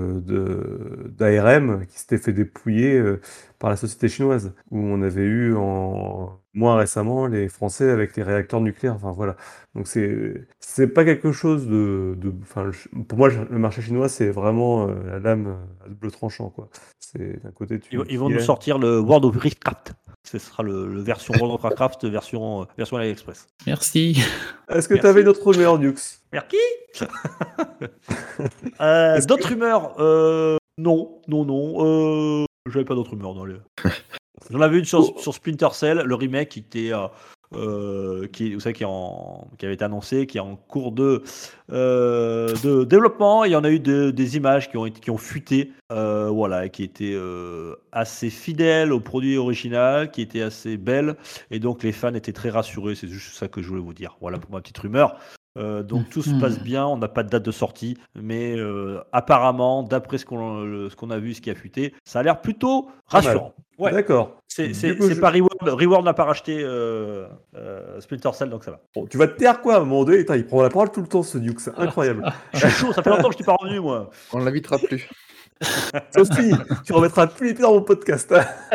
d'ARM qui s'était fait dépouiller par la société chinoise, où on avait eu moins récemment les Français avec les réacteurs nucléaires. Enfin voilà. Donc c'est pas quelque chose pour moi, le marché chinois, c'est vraiment la lame à double tranchant, quoi. C'est d'un côté ils vont nous sortir le World of Warcraft. Ce sera le version World of Warcraft version AliExpress. Merci. Est-ce que tu avais d'autres rumeurs, Dux? Merci. D'autres rumeurs Non. J'avais pas d'autres rumeurs dans les. J'en avais une sur Splinter Cell, le remake qui était. Qui avait été annoncé, qui est en cours de développement. Il y en a eu des images qui ont fuité, voilà, qui étaient assez fidèles au produit original, qui étaient assez belles, et donc les fans étaient très rassurés. C'est juste ça que je voulais vous dire. Voilà pour ma petite rumeur. Donc tout se passe bien, on n'a pas de date de sortie, mais apparemment, d'après ce qu'on a vu, ce qui a fuité, ça a l'air plutôt rassurant. Ouais. D'accord. C'est pas Reward. Reward n'a pas racheté Splinter Cell, donc ça va. Bon, tu vas te taire quoi à un moment donné? Il prend la parole tout le temps, ce Duke, c'est incroyable. Je suis chaud, ça fait longtemps que je t'ai pas revenu, moi. On ne l'invitera plus. Sophie, tu remettras plus les pieds dans mon podcast.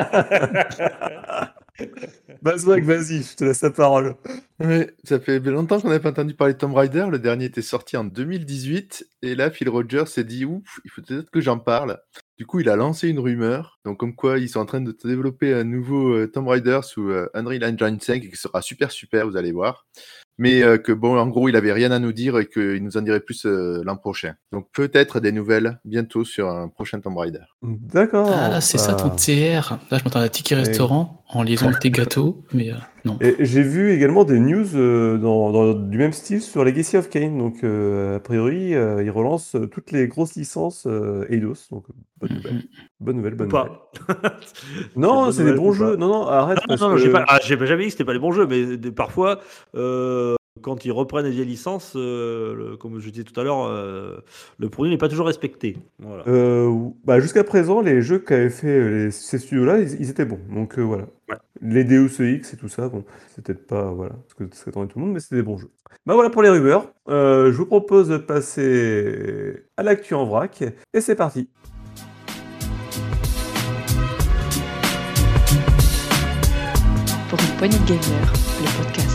Bazouak, vas-y, je te laisse la parole. Ouais, ça fait longtemps qu'on n'avait pas entendu parler de Tomb Raider. Le dernier était sorti en 2018. Et là, Phil Rogers s'est dit, ouf, il faut peut-être que j'en parle. Du coup, il a lancé une rumeur. Donc, comme quoi, ils sont en train de développer un nouveau Tomb Raider sous Unreal Engine 5 et qui sera super, vous allez voir. Mais que bon, en gros, il avait rien à nous dire et qu'il nous en dirait plus l'an prochain. Donc, peut-être des nouvelles bientôt sur un prochain Tomb Raider. D'accord. Ah, c'est ça ton TR. Là, je m'entends à Ticket Restaurant en liaison avec tes gâteaux, mais non. Et j'ai vu également des news du même style sur Legacy of Kain. Donc, a priori, ils relancent toutes les grosses licences Eidos. Donc, bonne nouvelle. Bonne nouvelle. Non, c'est des bons jeux. Non, arrête. Non, j'ai jamais dit que c'était pas les bons jeux, mais parfois, quand ils reprennent des vieilles licences, comme je disais tout à l'heure, le produit n'est pas toujours respecté. Voilà. Jusqu'à présent, les jeux qu'avaient fait ces studios-là, ils étaient bons. Donc voilà. Ouais. Les Deus Ex et tout ça, bon, c'est peut-être pas ce qu'attendait tout le monde, mais c'était des bons jeux. Voilà pour les rumeurs. Je vous propose de passer à l'actu en vrac, et c'est parti. Pour une poignée de gamer, le podcast.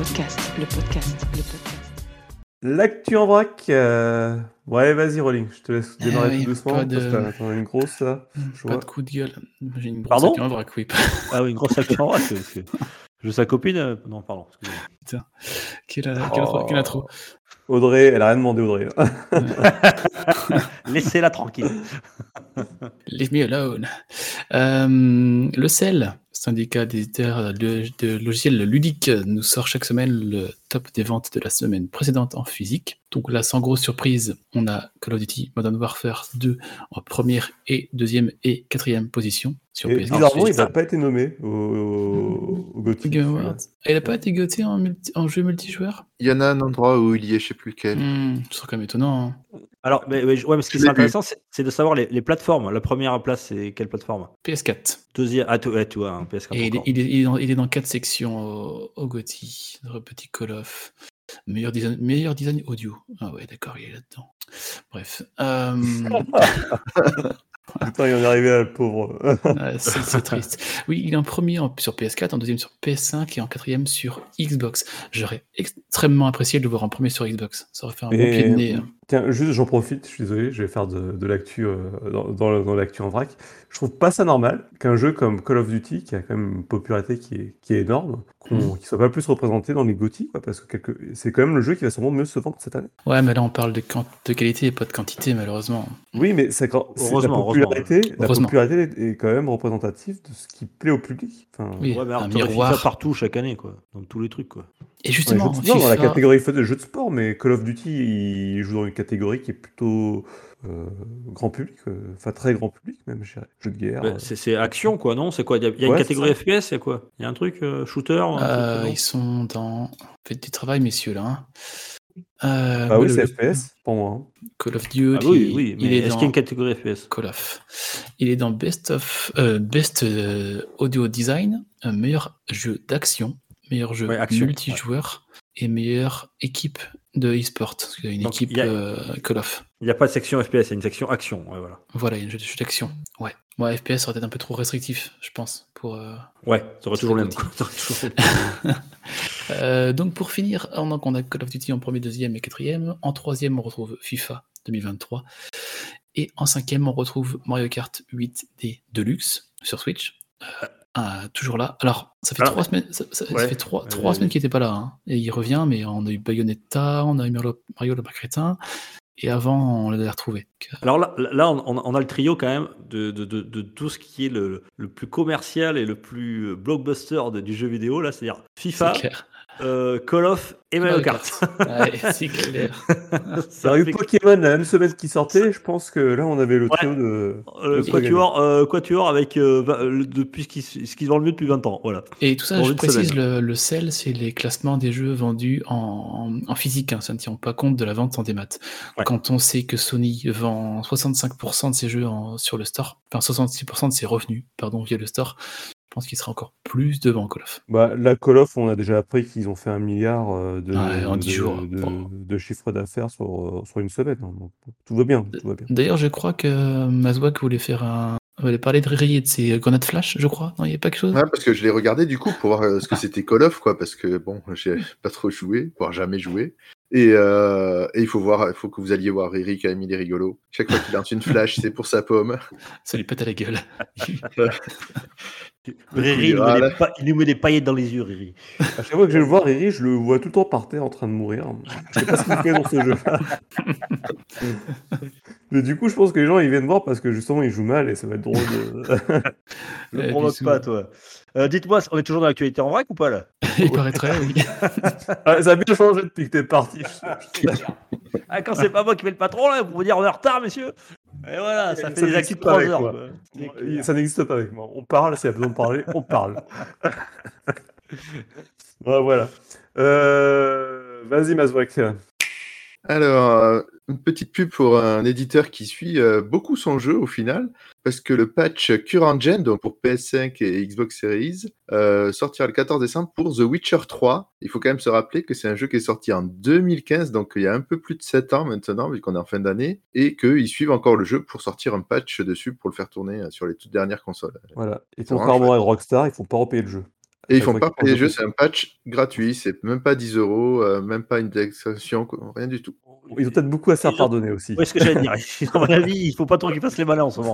L'actu en vrac. Ouais, vas-y, Rolling, je te laisse démarrer tout doucement. Parce que t'en as une grosse, là. Pas de coup de gueule. J'ai une grosse Pardon actu en vrac, oui. Ah oui, une grosse actu en vrac. Je veux sa copine. Non, pardon. Putain. Quelle intro. Audrey, elle a rien demandé, Audrey. Laissez-la tranquille. Leave me alone. Le CEL, syndicat des éditeurs de logiciels ludiques, nous sort chaque semaine le top des ventes de la semaine précédente en physique. Donc là, sans grosse surprise, on a Call of Duty Modern Warfare 2 en première et deuxième et quatrième position sur PS4. Bizarrement, il n'a pas été nommé au GOTY. Il n'a pas été GOTY en jeu multijoueur? Il y en a un endroit où il y est, je ne sais plus lequel. Ce serait quand même étonnant. Hein. Alors, mais ce qui est intéressant, c'est de savoir les plateformes. La première place, c'est quelle plateforme? PS4. Deuxième, tu vois, hein, PS4. Et il est dans 4 sections au GOTY. Notre petit Call of. Meilleur design audio. Ah ouais, d'accord, il est là-dedans. Bref. Putain, il en est arrivé à le pauvre. C'est triste. Oui, il est en premier sur PS4, en deuxième sur PS5 et en quatrième sur Xbox. J'aurais extrêmement apprécié de le voir en premier sur Xbox. Ça aurait fait un bon pied de nez. Tiens, juste, j'en profite, je suis désolé, je vais faire de l'actu dans l'actu en vrac. Je trouve pas ça normal qu'un jeu comme Call of Duty, qui a quand même une popularité qui est énorme, qui soit pas plus représenté dans les GOTY, quoi, parce que c'est quand même le jeu qui va sûrement mieux se vendre cette année. Ouais, mais là, on parle de qualité et pas de quantité, malheureusement. Oui, mais Heureusement, la popularité est quand même représentative de ce qui plaît au public. Enfin, Oui, Ouais, mais alors, un t'aurais miroir. FIFA partout chaque année, quoi. Dans tous les trucs, quoi. Et dans justement, les jeux de- non, dans la FIFA, catégorie de jeux de sport, mais Call of Duty, il joue dans une catégorie qui est plutôt grand public, enfin très grand public même, je dirais. Jeux de guerre. Bah, c'est action, quoi, non? C'est quoi? Il y a une Ouais, catégorie c'est FPS, il y a quoi? Il y a un truc shooter, un truc, non ils sont dans... Faites du travail, messieurs, là. Hein. Bah oui, le c'est FPS pour moi. Hein. Call of Duty, Ah oui, mais il est est-ce qu'il y a une dans catégorie FPS? Call of. Il est dans Best Audio Design, meilleur jeu d'action, meilleur jeu Ouais, action, multijoueur et meilleure équipe de e-sport. Parce qu'il y a une Donc, équipe il y a- Call of. Il n'y a pas de section FPS, il y a une section action. Ouais, voilà. Voilà, il y a un jeu d'action. Ouais. Moi, FPS serait peut-être un peu trop restrictif, je pense. Ouais, ça aurait toujours le même. Gauthier. Ça aurait toujours le même. Donc pour finir, donc on a Call of Duty en premier, deuxième et quatrième. En troisième, on retrouve FIFA 2023. Et en cinquième, on retrouve Mario Kart 8D Deluxe sur Switch. Toujours là. Alors, ça fait 3 semaines. Ça Ouais. fait trois semaines qu'il n'était pas là. Hein. Et il revient, mais on a eu Bayonetta, on a eu Mario le Crétin. Et avant, on l'a retrouvé. Alors là on a le trio quand même de tout ce qui est le plus commercial et le plus blockbuster du jeu vidéo, là, c'est-à-dire FIFA, C'est clair. Call of et Mario Kart. Ouais, c'est clair. Il y a eu Pokémon la même semaine qui sortait, je pense que là on avait le trio de Quatuor avec depuis ce qui vend le mieux depuis 20 ans. Voilà. Et tout ça, Dans je une précise, semaine. le sell, c'est les classements des jeux vendus en physique. Hein, ça ne tient pas compte de la vente en démat. Ouais. Quand on sait que Sony vend 65% de ses jeux sur le store, enfin 66% de ses revenus, via le store, je pense qu'il sera encore plus devant Call of. Bah, la Call of, on a déjà appris qu'ils ont fait 1 milliard en 10 jours. de chiffre d'affaires sur une semaine. Hein. Donc, tout va bien. D'ailleurs, je crois que Mazouak voulait parler de Riri et de ses grenades flash, je crois. Non, il n'y a pas quelque chose. Ouais, parce que je l'ai regardé du coup pour voir ce que c'était Call of, quoi, parce que bon, j'ai pas trop joué, voire jamais joué. Et il faut que vous alliez voir Riri quand même, il est rigolo. Chaque fois qu'il lance une flash, c'est pour sa pomme. Ça lui pète à la gueule. Riri, il nous met des paillettes dans les yeux, Riri. À chaque fois que je le vois, Riri, je le vois tout le temps par terre en train de mourir. Je sais pas ce qu'il fait dans ce jeu-là. Mais du coup, je pense que les gens ils viennent voir parce que justement il joue mal et ça va être drôle de. Ne provoque pas, toi. Dites-moi, on est toujours dans l'actualité en vrac ou pas là? Il paraîtrait, oui. Ah, ça a bien changé depuis que t'es parti. Ah, quand c'est pas moi qui fais le patron, là, vous me dire on est en retard, messieurs. Et voilà, ça fait des actus de 3 heures. Quoi. Ça n'existe pas avec moi. On parle, s'il y a besoin de parler, on parle. Ouais, voilà. Vas-y, Mazouak. Alors, une petite pub pour un éditeur qui suit beaucoup son jeu au final, parce que le patch Current Gen, donc pour PS5 et Xbox Series, sortira le 14 décembre pour The Witcher 3. Il faut quand même se rappeler que c'est un jeu qui est sorti en 2015, donc il y a un peu plus de 7 ans maintenant, vu qu'on est en fin d'année, et qu'ils suivent encore le jeu pour sortir un patch dessus pour le faire tourner sur les toutes dernières consoles. Voilà. Et contrairement à Rockstar, ils font pas repayer le jeu. Et ils font pas payer le jeu, c'est un patch gratuit, c'est même pas 10 €, même pas une indexation, rien du tout. Ils ont peut-être beaucoup à se faire pardonner aussi. Oui, ce que j'allais dire. À mon avis, il faut pas trop qu'ils fassent les malins en ce moment.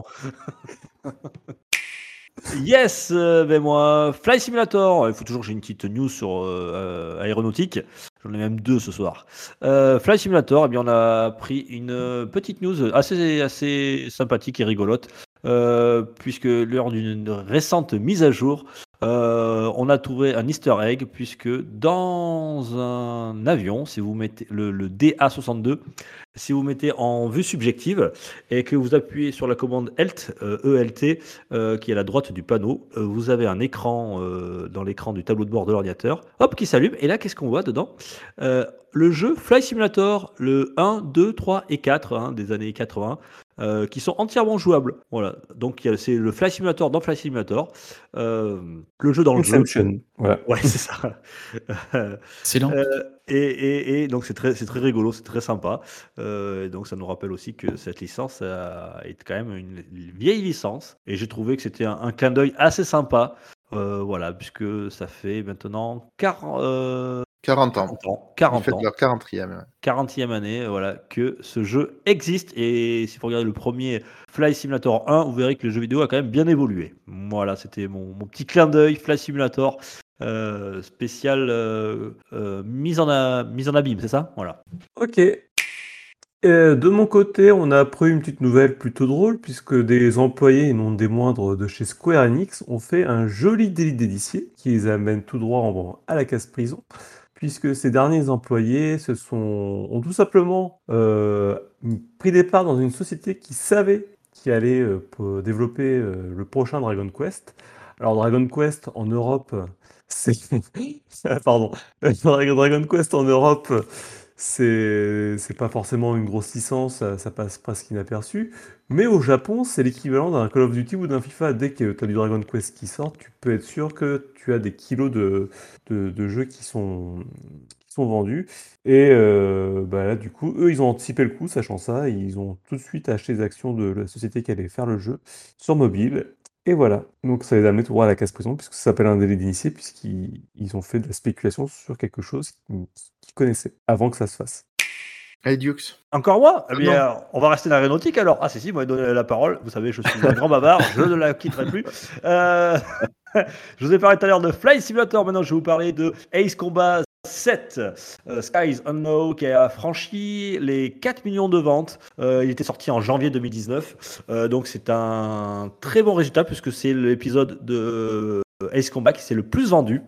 Yes, ben moi, Flight Simulator. Il faut toujours que j'ai une petite news sur aéronautique. J'en ai même 2 ce soir. Flight Simulator, eh bien, on a pris une petite news assez sympathique et rigolote. Puisque lors d'une récente mise à jour, on a trouvé un easter egg, puisque dans un avion, si vous mettez le DA62, si vous mettez en vue subjective et que vous appuyez sur la commande ELT, qui est à la droite du panneau, vous avez un écran dans l'écran du tableau de bord de l'ordinateur, hop, qui s'allume. Et là, qu'est-ce qu'on voit dedans? Le jeu Flight Simulator, le 1, 2, 3 et 4 des années 80. Qui sont entièrement jouables. Voilà. Donc c'est le Flight Simulator dans Flight Simulator, le jeu dans le jeu. Voilà. Ouais, c'est ça. Excellent. Et donc c'est très rigolo, c'est très sympa. Donc ça nous rappelle aussi que cette licence est quand même une vieille licence. Et j'ai trouvé que c'était un clin d'œil assez sympa. Voilà, puisque ça fait maintenant 40 ans. 40 Ils fêtent ans. leur 40e. Ouais. 40e année, voilà, que ce jeu existe. Et si vous regardez le premier Flight Simulator 1, vous verrez que le jeu vidéo a quand même bien évolué. Voilà, c'était mon petit clin d'œil, Flight Simulator spécial mise en abîme, c'est ça? Voilà. Ok. De mon côté, on a appris une petite nouvelle plutôt drôle, puisque des employés, et non des moindres, de chez Square Enix ont fait un joli délit d'élicier qui les amène tout droit à la case prison, puisque ces derniers employés ont tout simplement pris des parts dans une société qui savait qui allait développer le prochain Dragon Quest. Alors Dragon Quest en Europe, c'est... Pardon. Dragon Quest en Europe, c'est pas forcément une grosse licence, ça passe presque inaperçu. Mais au Japon, c'est l'équivalent d'un Call of Duty ou d'un FIFA. Dès que tu as du Dragon Quest qui sort, tu peux être sûr que tu as des kilos de jeux qui sont vendus. Et là, du coup, eux, ils ont anticipé le coup, sachant ça. Ils ont tout de suite acheté les actions de la société qui allait faire le jeu sur mobile. Et voilà, donc ça les a amenés tout droit à la case prison, puisque ça s'appelle un délit d'initié, puisqu'ils ont fait de la spéculation sur quelque chose qu'ils connaissaient avant que ça se fasse. Hey Dukes. Encore moi? Eh Non. bien, on va rester dans l'aéronautique alors. Ah, si, moi, donner la parole. Vous savez, je suis un grand bavard, je ne la quitterai plus. Je vous ai parlé tout à l'heure de Flight Simulator. Maintenant, je vais vous parler de Ace Combat 7, Skies Unknown, qui a franchi les 4 millions de ventes. Il était sorti en janvier 2019. Donc, c'est un très bon résultat puisque c'est l'épisode de Ace Combat qui s'est le plus vendu.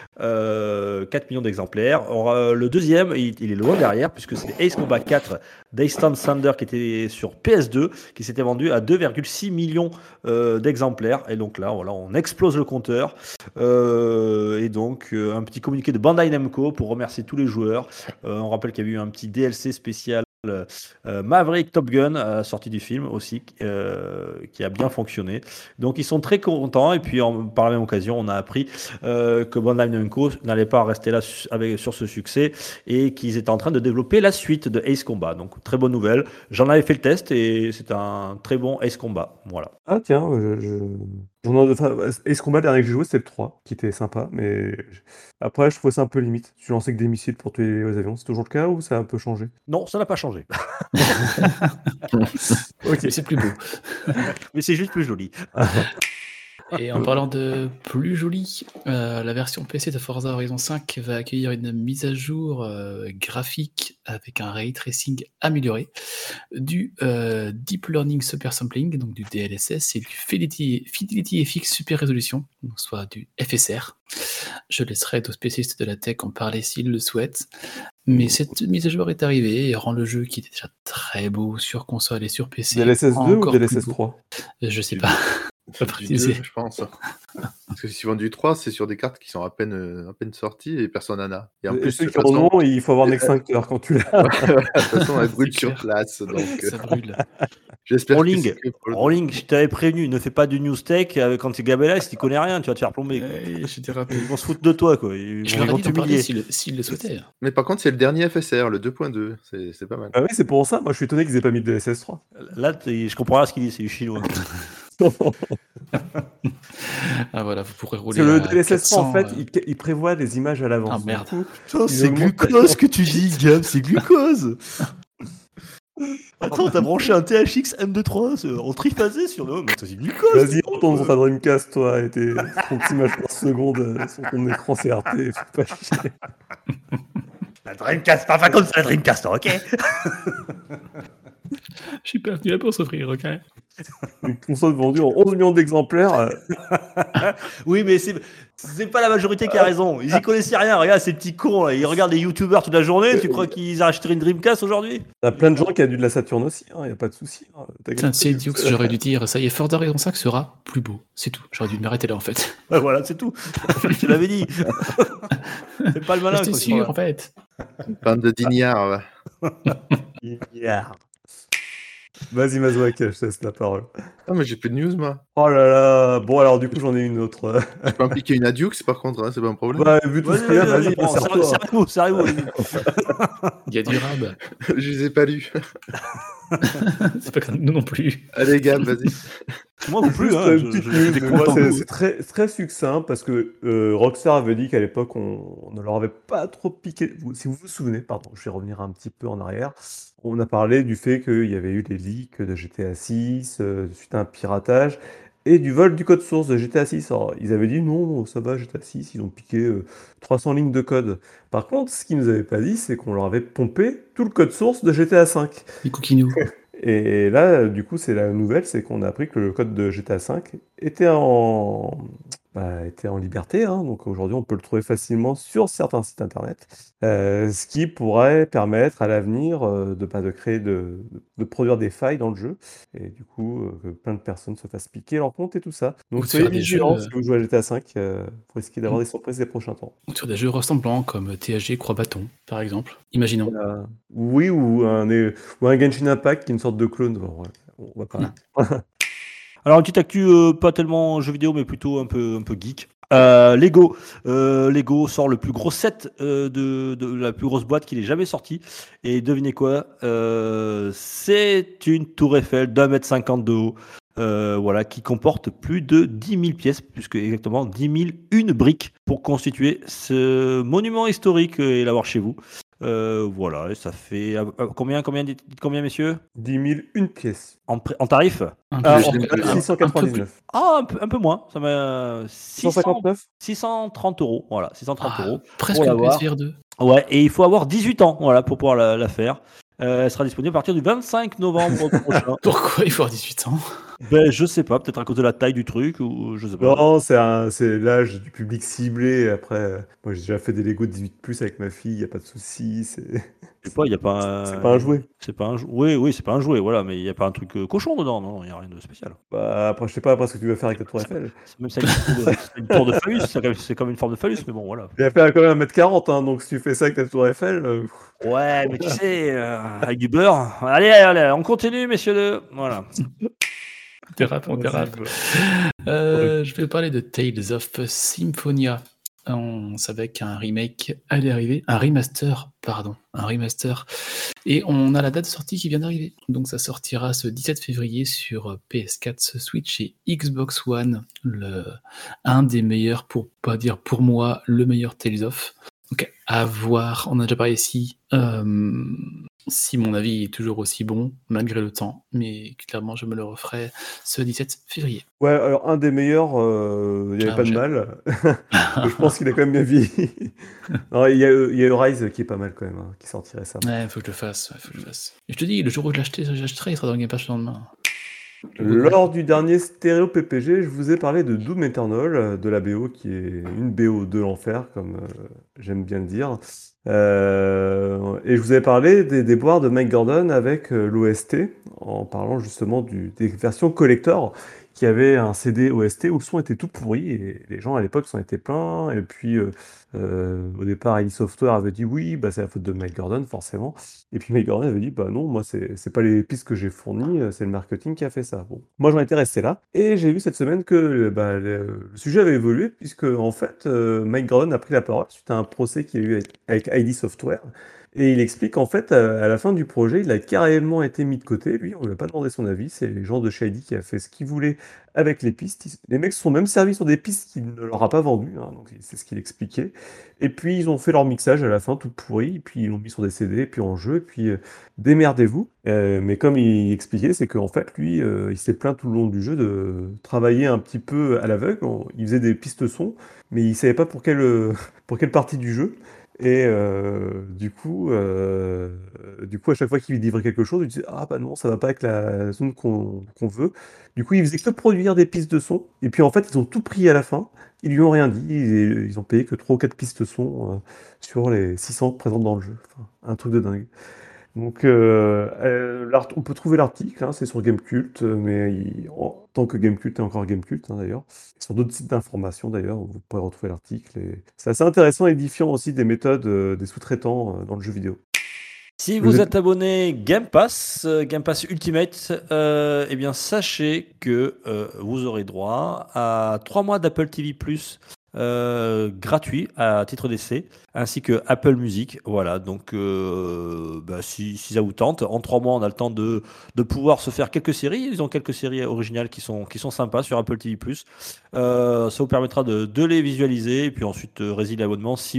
4 millions d'exemplaires. Le deuxième, il est loin derrière puisque c'est Ace Combat 4 Daystar Thunder qui était sur PS2 qui s'était vendu à 2,6 millions d'exemplaires. Et donc là, voilà, on explose le compteur. Et donc, un petit communiqué de Bandai Namco pour remercier tous les joueurs. On rappelle qu'il y a eu un petit DLC spécial Maverick Top Gun à la sortie du film aussi qui a bien fonctionné, donc ils sont très contents. Et puis par la même occasion on a appris que Bandai Namco n'allait pas rester là sur ce succès et qu'ils étaient en train de développer la suite de Ace Combat. Donc très bonne nouvelle, j'en avais fait le test et c'est un très bon Ace Combat. Voilà. Ah tiens, Ace Combat, le dernier que j'ai joué, c'était le 3, qui était sympa, mais après, je trouvais ça un peu limite. Tu lançais que des missiles pour tuer les avions. C'est toujours le cas ou ça a un peu changé? Non, ça n'a pas changé. Ok. Mais c'est plus beau. Mais c'est juste plus joli. Et en parlant de plus joli, la version PC de Forza Horizon 5 va accueillir une mise à jour graphique avec un ray tracing amélioré, du Deep Learning Super Sampling, donc du DLSS, et du Fidelity FX Super Résolution, donc soit du FSR. Je laisserai aux spécialistes de la tech en parler s'ils le souhaitent. Mais cette mise à jour est arrivée et rend le jeu qui était déjà très beau sur console et sur PC. DLSS 2 ou encore plus DLSS beau. 3? Je sais pas. Pas Du précisé. 2, je pense. Parce que si du 3, c'est sur des cartes qui sont à peine sorties et personne n'en a. Et en Et plus, ceux de qui toute en façon, ont, il faut avoir un extincteur quand tu l'as. de toute façon, elle brûle C'est sur clair. place. Donc, Ça brûle. j'espère que Rolling, c'est que pour le- Rolling, je t'avais prévenu, ne fais pas du news tech quand c'est Gabella, si tu connais rien, tu vas te faire plomber. Quoi. Je t'ai rappelé. Ils vont se foutre de toi, quoi. Ils Je vont, leur ils ai vont dit d'en parler t'humilier. s'ils le souhaitaient. Mais par contre, c'est le dernier FSR, le 2.2. C'est pas mal. Ah oui, c'est pour ça. Moi, je suis étonné qu'ils aient pas mis de DLSS 3. Là, je comprends rien à ce qu'il dit, c'est du chinois. Ah voilà, vous pourrez rouler. Parce que le à DLSS 3, en 400, fait, il prévoit des images à l'avance. Ah, Du merde. coup, C'est augmentent glucose que tu dis, Gab, c'est glucose. Attends, t'as branché un THX M23 en triphasé sur le. Mais c'est glucose. vas-y, retourne sur ta Dreamcast, toi, et tes 30 images par seconde sur ton écran CRT. Fais pas chier. La Dreamcast, pas comme ça, la Dreamcast, ok. Je suis pas venu là pour s'offrir, ok. Une console vendue en 11 millions d'exemplaires. Oui, mais c'est pas la majorité qui a raison. Ils y connaissaient rien. Regarde ces petits cons, là. Ils regardent les youtubeurs toute la journée. Tu crois qu'ils achèteraient une Dreamcast aujourd'hui? T'as plein de gens qui ont du de la Saturn aussi, y a pas de souci. Putain, c'est idiot que j'aurais dû dire. Ça y est, Forza Horizon 5 sera plus beau. C'est tout. J'aurais dû m'arrêter là en fait. Ouais, voilà, c'est tout. Je te l'avais dit. C'est pas le malin. J'étais quoi, sûr en fait. Une bande de dignards. Yeah. Vas-y, Mazouak, je te laisse la parole. Ah, mais j'ai plus de news, moi. Oh là là. Bon, alors, du coup, j'en ai une autre. Je peux impliquer une Adiux, par contre, hein, c'est pas un problème. Bah, vu tout ce qu'il y a, vas-y, bon, serre-toi. c'est à vous. Il y a du rab. Je les ai pas lus. C'est pas comme nous non plus. Allez, Gab, vas-y. Moi non plus, Juste hein, une petite news, mais découvre moi, un peu. c'est très, très succinct parce que Rockstar avait dit qu'à l'époque, on ne leur avait pas trop piqué. Si vous vous souvenez, pardon, je vais revenir un petit peu en arrière. On a parlé du fait qu'il y avait eu des leaks de GTA 6 suite à un piratage et du vol du code source de GTA 6. Alors, ils avaient dit non, ça va, GTA 6, ils ont piqué 300 lignes de code. Par contre, ce qu'ils nous avaient pas dit, c'est qu'on leur avait pompé tout le code source de GTA 5. Les coquinous. Et là, du coup, c'est la nouvelle, c'est qu'on a appris que le code de GTA V était en liberté, hein. Donc aujourd'hui, on peut le trouver facilement sur certains sites internet, ce qui pourrait permettre à l'avenir de créer, de produire des failles dans le jeu, et du coup, que plein de personnes se fassent piquer leur compte et tout ça. Ou Donc de soyez faire des vigilants jeux, si vous jouez à GTA V, vous risquez d'avoir des surprises les prochains temps. Ou sur des jeux ressemblants comme THG Croix-Bâton, par exemple. Imaginons. Oui, ou un Genshin Impact qui est une sorte de clone. Bon, ouais, on va pas. Alors, une petite actu, pas tellement jeux vidéo, mais plutôt un peu geek. Lego. Lego sort le plus gros set de la plus grosse boîte qu'il ait jamais sorti. Et devinez quoi, c'est une tour Eiffel d'1,50 m de haut. Voilà, qui comporte plus de 10 000 pièces, puisque exactement 10 001 briques pour constituer ce monument historique et l'avoir chez vous. Voilà, et ça fait combien, messieurs? 10 001 pièces. En tarif? Un peu, Ah, je en sais total, pas, un peu 699. Ah, un peu moins. Ça m'a 659 630 €. Voilà, 630 €. presque pour une l'avoir. PSVR 2. Ouais, et il faut avoir 18 ans, voilà, pour pouvoir la faire. Elle sera disponible à partir du 25 novembre prochain. Pourquoi il faut avoir 18 ans? Ben, je sais pas, peut-être à cause de la taille du truc, ou je sais pas. Non, c'est l'âge du public ciblé. Après, moi j'ai déjà fait des Lego 18+ avec ma fille, y a pas de souci. Je sais pas, il y a pas C'est pas un jouet. C'est pas un jouet. Oui, c'est pas un jouet, voilà, mais il y a pas un truc cochon dedans, non, il y a rien de spécial. Bah, après, je sais pas après ce que tu vas faire avec la tour Eiffel. Même ça, c'est une tour de phallus, c'est comme une forme de phallus, mais bon, voilà. Il a fait quand même 1,40 m, hein, donc si tu fais ça avec la tour Eiffel, Ouais, mais tu sais, avec du beurre. Allez, on continue, messieurs deux. Voilà. On dérape. Je vais parler de Tales of Symphonia. On savait qu'un remake allait arriver, un remaster. Et on a la date de sortie qui vient d'arriver. Donc ça sortira ce 17 février sur PS4, Switch et Xbox One. Un des meilleurs, pour pas dire pour moi, le meilleur Tales of. Donc à voir, on a déjà parlé ici. Si mon avis est toujours aussi bon, malgré le temps, mais clairement je me le referai ce 17 février. ouais, alors un des meilleurs, il n'y avait pas de mal. Je pense qu'il a quand même bien vieilli. Non, il y a eu Rise qui est pas mal quand même, hein, qui sortit récemment. Ouais, faut que je le fasse. Et je te dis, le jour où je l'achèterai, il sera dans le Game Pass le lendemain. Lors du dernier stéréo PPG, je vous ai parlé de Doom Eternal, de la BO qui est une BO de l'enfer, comme j'aime bien le dire. Et je vous avais parlé des déboires de Mike Gordon avec l'OST, en parlant justement des versions collector qui avaient un CD OST où le son était tout pourri, et les gens à l'époque s'en étaient plaints. Et puis au départ, ID Software avait dit oui, bah, c'est la faute de Mike Gordon, forcément. Et puis Mike Gordon avait dit bah non, moi c'est pas les pistes que j'ai fournies, c'est le marketing qui a fait ça. Bon, moi j'en étais resté là, et j'ai vu cette semaine que le sujet avait évolué, puisque en fait Mike Gordon a pris la parole suite à un procès qu'il y a eu avec ID Software. Et il explique qu'en fait, à la fin du projet, il a carrément été mis de côté. Lui, on lui a pas demandé son avis. C'est les gens de chez ID qui a fait ce qu'ils voulaient avec les pistes. Les mecs se sont même servis sur des pistes qu'il ne leur a pas vendues, hein, donc c'est ce qu'il expliquait. Et puis ils ont fait leur mixage à la fin, tout pourri. Et puis ils l'ont mis sur des CD, puis en jeu. Et puis démerdez-vous. Mais comme il expliquait, c'est qu'en fait, lui, il s'est plaint tout le long du jeu de travailler un petit peu à l'aveugle. Il faisait des pistes son, mais il savait pas pour quelle partie du jeu. Et du coup, à chaque fois qu'il livrait quelque chose, il disait ah bah non, ça va pas avec la zone qu'on veut. Du coup, il faisait que produire des pistes de son. Et puis en fait, ils ont tout pris à la fin. Ils lui ont rien dit. Ils ont payé que 3 ou 4 pistes son sur les 600 présentes dans le jeu. Enfin, un truc de dingue. Donc, on peut trouver l'article, hein, c'est sur Gamecult, mais en tant que Gamecult et encore Gamecult, hein, d'ailleurs. Sur d'autres sites d'information, d'ailleurs, où vous pourrez retrouver l'article. Et c'est assez intéressant et édifiant aussi des méthodes des sous-traitants dans le jeu vidéo. Si vous êtes abonné Game Pass Ultimate, eh bien sachez que vous aurez droit à 3 mois d'Apple TV+, gratuit à titre d'essai, ainsi que Apple Music. Voilà, donc si ça vous tente, en 3 mois, on a le temps de pouvoir se faire quelques séries. Ils ont quelques séries originales qui sont sympas sur Apple TV+. Ça vous permettra de les visualiser et puis ensuite résilier l'abonnement si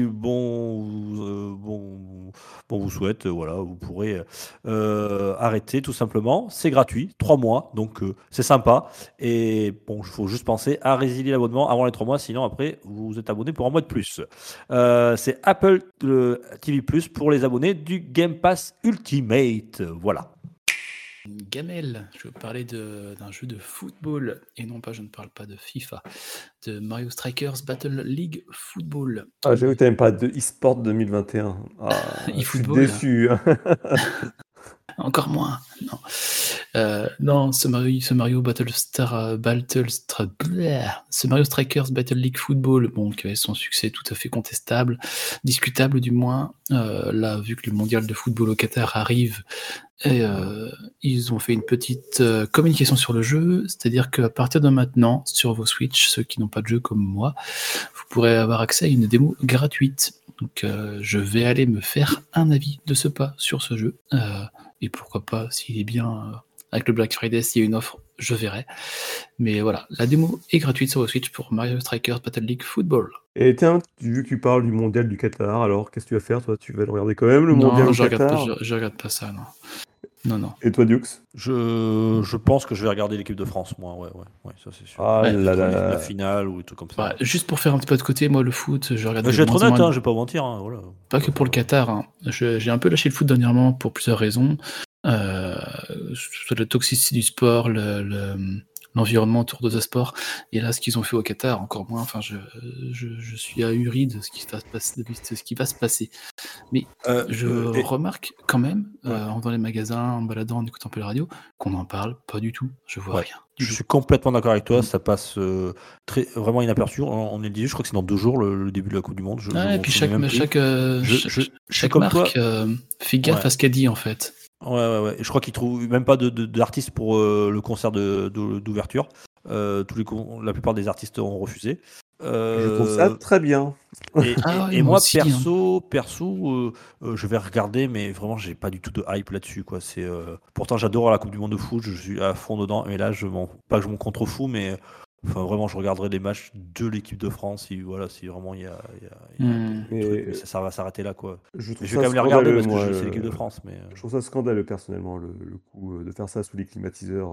bon vous souhaite. Voilà, vous pourrez arrêter tout simplement. C'est gratuit, 3 mois, donc c'est sympa. Et bon, il faut juste penser à résilier l'abonnement avant les 3 mois, sinon après vous êtes abonné pour un mois de plus. C'est Apple TV+ pour les abonnés du Game Pass Ultimate. Voilà. Gamel, je vais vous parler d'un jeu de football, et non pas, je ne parle pas de FIFA, de Mario Strikers Battle League Football. Ah, j'ai vu que tu n'avais pas de e-sport 2021. Ah, je suis eFootball. déçu. Encore moins, non. Non, ce Mario Strikers Battle League Football, bon, qui avait son succès tout à fait contestable, discutable du moins. Là, vu que le mondial de football au Qatar arrive, ils ont fait une petite communication sur le jeu, c'est-à-dire qu'à partir de maintenant, sur vos Switch, ceux qui n'ont pas de jeu comme moi, vous pourrez avoir accès à une démo gratuite. Donc, je vais aller me faire un avis de ce pas sur ce jeu. Et pourquoi pas, s'il est bien avec le Black Friday, s'il y a une offre, je verrai. Mais voilà, la démo est gratuite sur vos Switch pour Mario Strikers Battle League Football. Et tiens, vu que tu parles du mondial du Qatar, alors qu'est-ce que tu vas faire, toi? Tu vas le regarder quand même, le mondial Non, au je Qatar? regarde pas ça, non. Non. Et toi, Dux? Je pense que je vais regarder l'équipe de France, moi. Ouais, ça c'est sûr. Ah Ouais, là La là. finale ou des trucs comme ça. Bah, juste pour faire un petit peu de côté, moi, le foot, je regarde Je vais être de moins en honnête, moins. je vais pas vous mentir. Voilà. Pas que pour le Qatar. Hein. J'ai un peu lâché le foot dernièrement pour plusieurs raisons. Soit la toxicité du sport, l'environnement autour de ce sport. Et là, ce qu'ils ont fait au Qatar, encore moins. Enfin, je suis ahuri de ce qui va se passer. Mais je remarque quand même, en dans les magasins, en baladant, en écoutant un peu la radio, qu'on n'en parle pas du tout. Je vois rien. Je suis complètement d'accord avec toi, ça passe vraiment inaperçu. On est le 18, je crois que c'est dans 2 jours le début de la Coupe du Monde. Et puis chaque marque fait gaffe à ce qu'elle dit en fait. Ouais. Je crois qu'ils trouvent même pas d'artistes pour le concert d'ouverture. La plupart des artistes ont refusé. Je trouve ça très bien. Et moi, aussi, perso, je vais regarder, mais vraiment, j'ai pas du tout de hype là-dessus, quoi. Pourtant, j'adore la Coupe du Monde de foot, je suis à fond dedans, mais là, pas que je m'en contrefous, mais enfin, vraiment, je regarderai les matchs de l'équipe de France si vraiment il y a mais ça va s'arrêter là, quoi. Je vais quand même les regarder parce que c'est l'équipe de France, mais je trouve ça scandaleux personnellement le coup de faire ça sous les climatiseurs.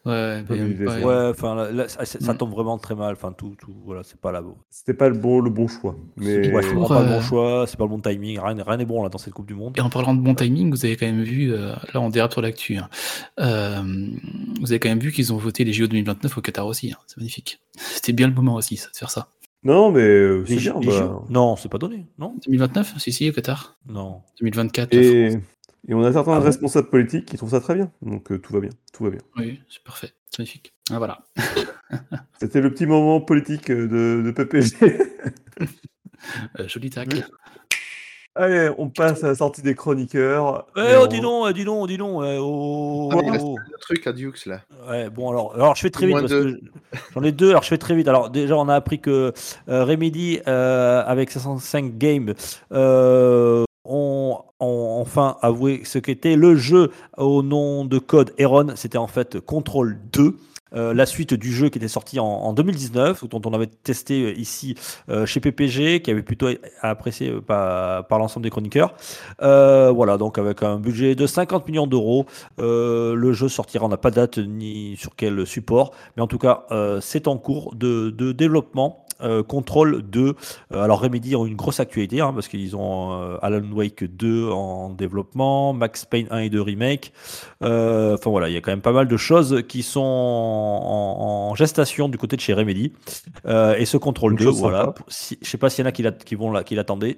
Ça tombe vraiment très mal. Enfin, tout, voilà, c'est pas là. C'était pas le bon choix. Mais c'est pas le bon choix, c'est pas le bon timing. Rien n'est bon là dans cette Coupe du Monde. Et en parlant de bon timing, vous avez quand même vu, là on dérape sur l'actu. Vous avez quand même vu qu'ils ont voté les JO 2029 au Qatar aussi. C'est magnifique. C'était bien le moment aussi, ça, de faire ça. Non, mais c'est bien. Non, c'est pas donné, non 2029 Si, au Qatar. Non. 2024. Et on a certains responsables politiques qui trouvent ça très bien. Donc tout va bien. Oui, c'est parfait. C'est magnifique. Ah, voilà. C'était le petit moment politique de PPG. Joli tacle. Allez, on passe à la sortie des chroniqueurs. Dis donc. Il reste un truc à Dux là. Ouais, bon, alors je fais très vite parce que j'en ai 2, alors je fais très vite. Alors déjà, on a appris que Remedy, avec 505 Games, ont enfin avoué ce qu'était le jeu au nom de code Heron. C'était en fait Control 2. La suite du jeu qui était sorti en 2019, dont on avait testé ici chez PPG, qui avait plutôt apprécié par l'ensemble des chroniqueurs. Voilà, donc avec un budget de 50 millions d'euros, le jeu sortira, on n'a pas de date ni sur quel support, mais en tout cas, c'est en cours de développement. Control 2. Alors Remedy ont une grosse actualité parce qu'ils ont Alan Wake 2 en développement, Max Payne 1 et 2 remake. Enfin voilà, il y a quand même pas mal de choses qui sont en gestation du côté de chez Remedy. Et ce Control 2, voilà. Je sais pas s'il y en a qui l'attendaient.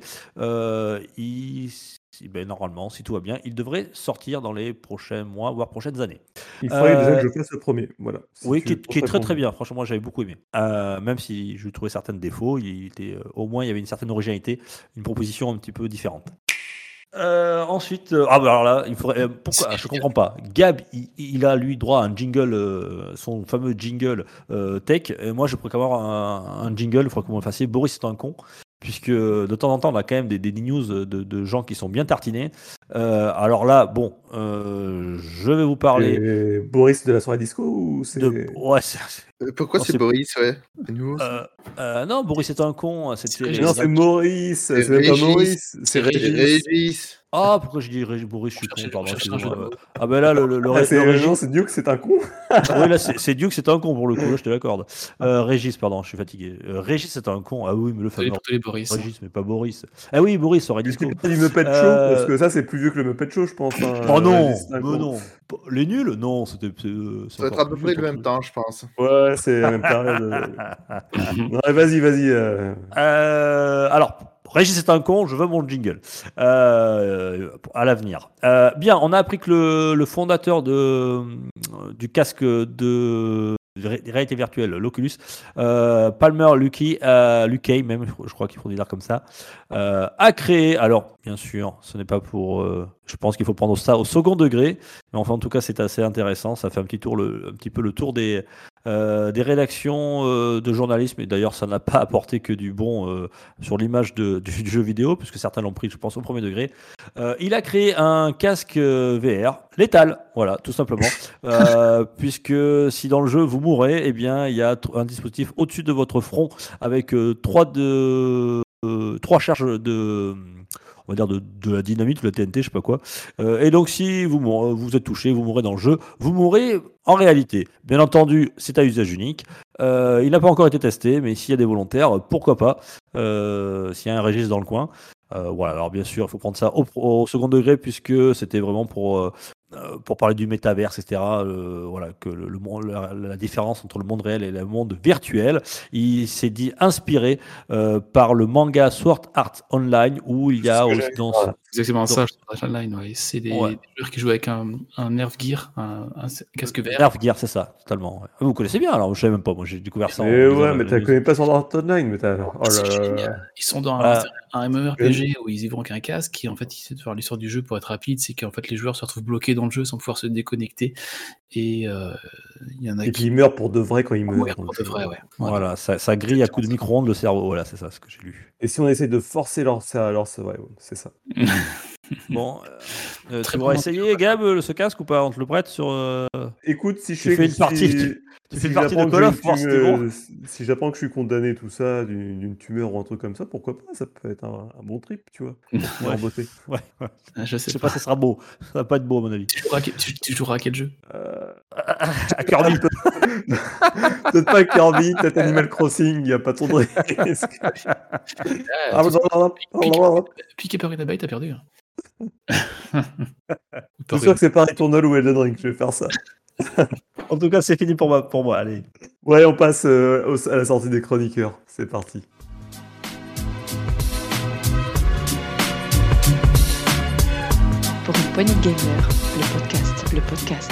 Normalement, si tout va bien, il devrait sortir dans les prochains mois, voire prochaines années. Il faudrait déjà que je fasse le premier. Voilà. Oui, qui est très très bien. Franchement, moi j'avais beaucoup aimé. Même si je trouvais certains défauts, au moins il y avait une certaine originalité, une proposition un petit peu différente. Ensuite, alors là, il faudrait. Pourquoi je comprends pas. Gab, il a lui droit à un jingle, son fameux jingle tech. Et moi, je pourrais quand même avoir un jingle. Il faudrait que vous me le fassiez. Boris, c'est un con. Puisque de temps en temps, on a quand même des news de gens qui sont bien tartinés. Alors là, bon, je vais vous parler Et Boris de la soirée disco ou c'est... de. Ouais, Pourquoi Non, c'est c'est- Boris, ouais? C'est nouveau, ça. non, Boris, c'est un con. C'était Régis. Non, c'est Maurice, c'est même pas Régis. Maurice, c'est C'est Régis. Régis. Ah, pourquoi je dis Boris, je suis con, cherchait- pardon, on cherchait un jeu de excusez-moi. mots. Ah ben là, le Ah, c'est... Régis. Non, c'est Duke, c'est un con. Oui, là, c'est Duke, c'est un con pour le coup, là, je te l'accorde. Régis, pardon, je suis fatigué. Régis, c'est un con. Ah oui, mais le fameux Pour tous les Boris. Régis, mais pas Boris. Ah oui, Boris, aurait Tu disco. pas du Muppet Show, parce que ça, c'est plus vieux que le Muppet Show, je pense. Hein. Oh non, Régis, c'est un mais con. non. Les nuls? Non, c'était. Ça va être à peu près le même temps, je pense. Ouais, c'est la même période. Ouais, vas-y. Alors, Régis est un con, je veux mon jingle à l'avenir. Bien, on a appris que le fondateur du casque de réalité virtuelle, l'Oculus, Palmer Luckey, même, je crois qu'il faut dire comme ça, a créé, alors bien sûr, ce n'est pas pour... je pense qu'il faut prendre ça au second degré, mais enfin en tout cas c'est assez intéressant, ça fait un petit peu le tour des rédactions de journalisme, et d'ailleurs ça n'a pas apporté que du bon sur l'image du jeu vidéo, puisque certains l'ont pris je pense au premier degré. Il a créé un casque VR létal, voilà, tout simplement, puisque si dans le jeu vous mourrez, eh bien il y a un dispositif au-dessus de votre front avec trois charges on va dire de la dynamite ou la TNT, je sais pas quoi. Et donc si vous êtes touché, vous mourrez dans le jeu, vous mourrez en réalité. Bien entendu, c'est à usage unique. Il n'a pas encore été testé, mais s'il y a des volontaires, pourquoi pas, s'il y a un Régis dans le coin. Voilà, alors bien sûr, il faut prendre ça au second degré, puisque c'était vraiment pour parler du métaverse, etc. Voilà, que la différence entre le monde réel et le monde virtuel. Il s'est dit inspiré par le manga Sword Art Online, où il y a aussi dans C'est exactement ça, Sword Art Online. Ouais. C'est des joueurs qui jouent avec un Nerf Gear, un casque vert. Nerf Gear, c'est ça, totalement. Ouais. Vous connaissez bien, alors je savais même pas, moi j'ai découvert ça. Mais ouais, mais tu connais pas Sword Art Online, mais t'as... Oh C'est là là. génial. Ils sont dans un MMORPG où ils y vont avec un casque, et en fait, ils essaient de faire l'histoire du jeu pour être rapide, c'est qu'en fait, les joueurs se retrouvent bloqués dans le jeu sans pouvoir se déconnecter. Et il y en a Et puis ils meurent pour de vrai quand ils meurent. mourir pour de vrai, ouais. Voilà, ça grille à coups de micro-ondes le cerveau, voilà, c'est ça ce que j'ai lu. Et si on essaie de forcer leur alors c'est vrai, c'est ça. Bon, Très tu bon vas essayer, Gab, ce casque ou pas? On te le prête sur. Écoute, si Tu fais une partie, tu fais une partie de Call of, voir si t'es bon. Si j'apprends que je suis condamné, tout ça, d'une tumeur ou un truc comme ça, pourquoi pas? Ça peut être un bon trip, tu vois. En beauté. Ouais. Je Je sais pas si ça sera beau. Ça va pas être beau, à mon avis. Tu joueras à quel jeu? À Kirby. Peut-être pas Kirby, peut-être Animal Crossing, il n'y a pas trop de risque. Piqué par une abeille, t'as perdu. Je suis sûr que c'est pas Returnal ou Elden Ring, je vais faire ça. En tout cas, c'est fini pour moi. Allez. Ouais, on passe à la sortie des chroniqueurs. C'est parti. Pour une poignée de gamers, le podcast.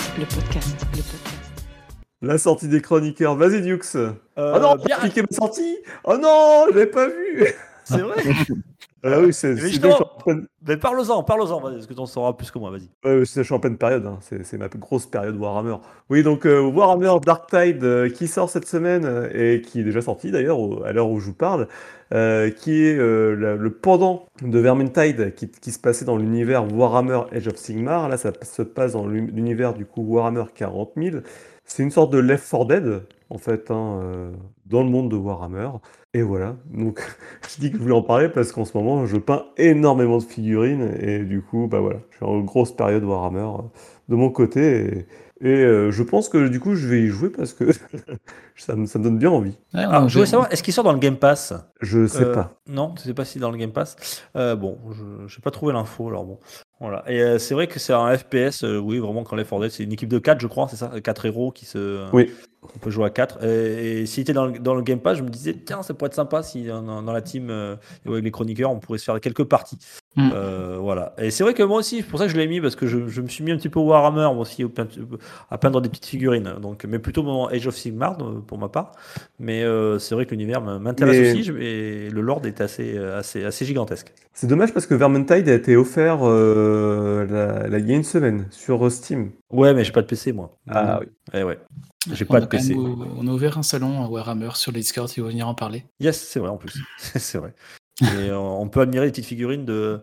La sortie des chroniqueurs. Vas-y, Dukes. Oh non, bien. piqué ma sortie. Oh non, je l'ai pas vu. C'est vrai. Ah oui, c'est justement, je suis en pleine... Mais parle-en, vas-y, parce que tu en sauras plus que moi, vas-y. je suis en pleine période, hein. C'est ma plus grosse période Warhammer. Oui, donc Warhammer Dark Tide qui sort cette semaine et qui est déjà sorti d'ailleurs à l'heure où je vous parle, qui est le pendant de Vermintide qui se passait dans l'univers Warhammer Age of Sigmar. Là, ça se passe dans l'univers du coup Warhammer 40 000. C'est une sorte de Left 4 Dead, en fait, dans le monde de Warhammer. Et voilà, donc je dis que je voulais en parler parce qu'en ce moment, je peins énormément de figurines. Et du coup, bah voilà, je suis en grosse période Warhammer de mon côté. Et je pense que du coup, je vais y jouer parce que ça me donne bien envie. Alors, je voulais savoir, est-ce qu'il sort dans le Game Pass? Je sais pas. Non, tu sais pas si dans le Game Pass. Bon, je n'ai pas trouvé l'info, alors bon. Voilà. Et c'est vrai que c'est un FPS, oui, vraiment, quand Left 4 Dead, c'est une équipe de 4, je crois, c'est ça? 4 héros qui se. Oui. On peut jouer à 4. Et s'il était dans le Game Pass, je me disais, tiens, ça pourrait être sympa si dans la team, avec les chroniqueurs, on pourrait se faire quelques parties. Voilà. Et c'est vrai que moi aussi, c'est pour ça que je l'ai mis, parce que je me suis mis un petit peu au Warhammer, moi aussi, à peindre des petites figurines. Donc, mais plutôt mon Age of Sigmar, pour ma part. Mais c'est vrai que l'univers m'intéresse Mais- aussi, et le lore est assez gigantesque. C'est dommage parce que Vermintide a été offert il y a une semaine sur Steam. Ouais, mais j'ai pas de PC, moi. Ah oui. Eh ouais. J'ai On pas a de quand PC. même on a ouvert un salon à Warhammer sur le Discord, si vous venir en parler. Yes, c'est vrai en plus. C'est vrai. Et on peut admirer les petites figurines de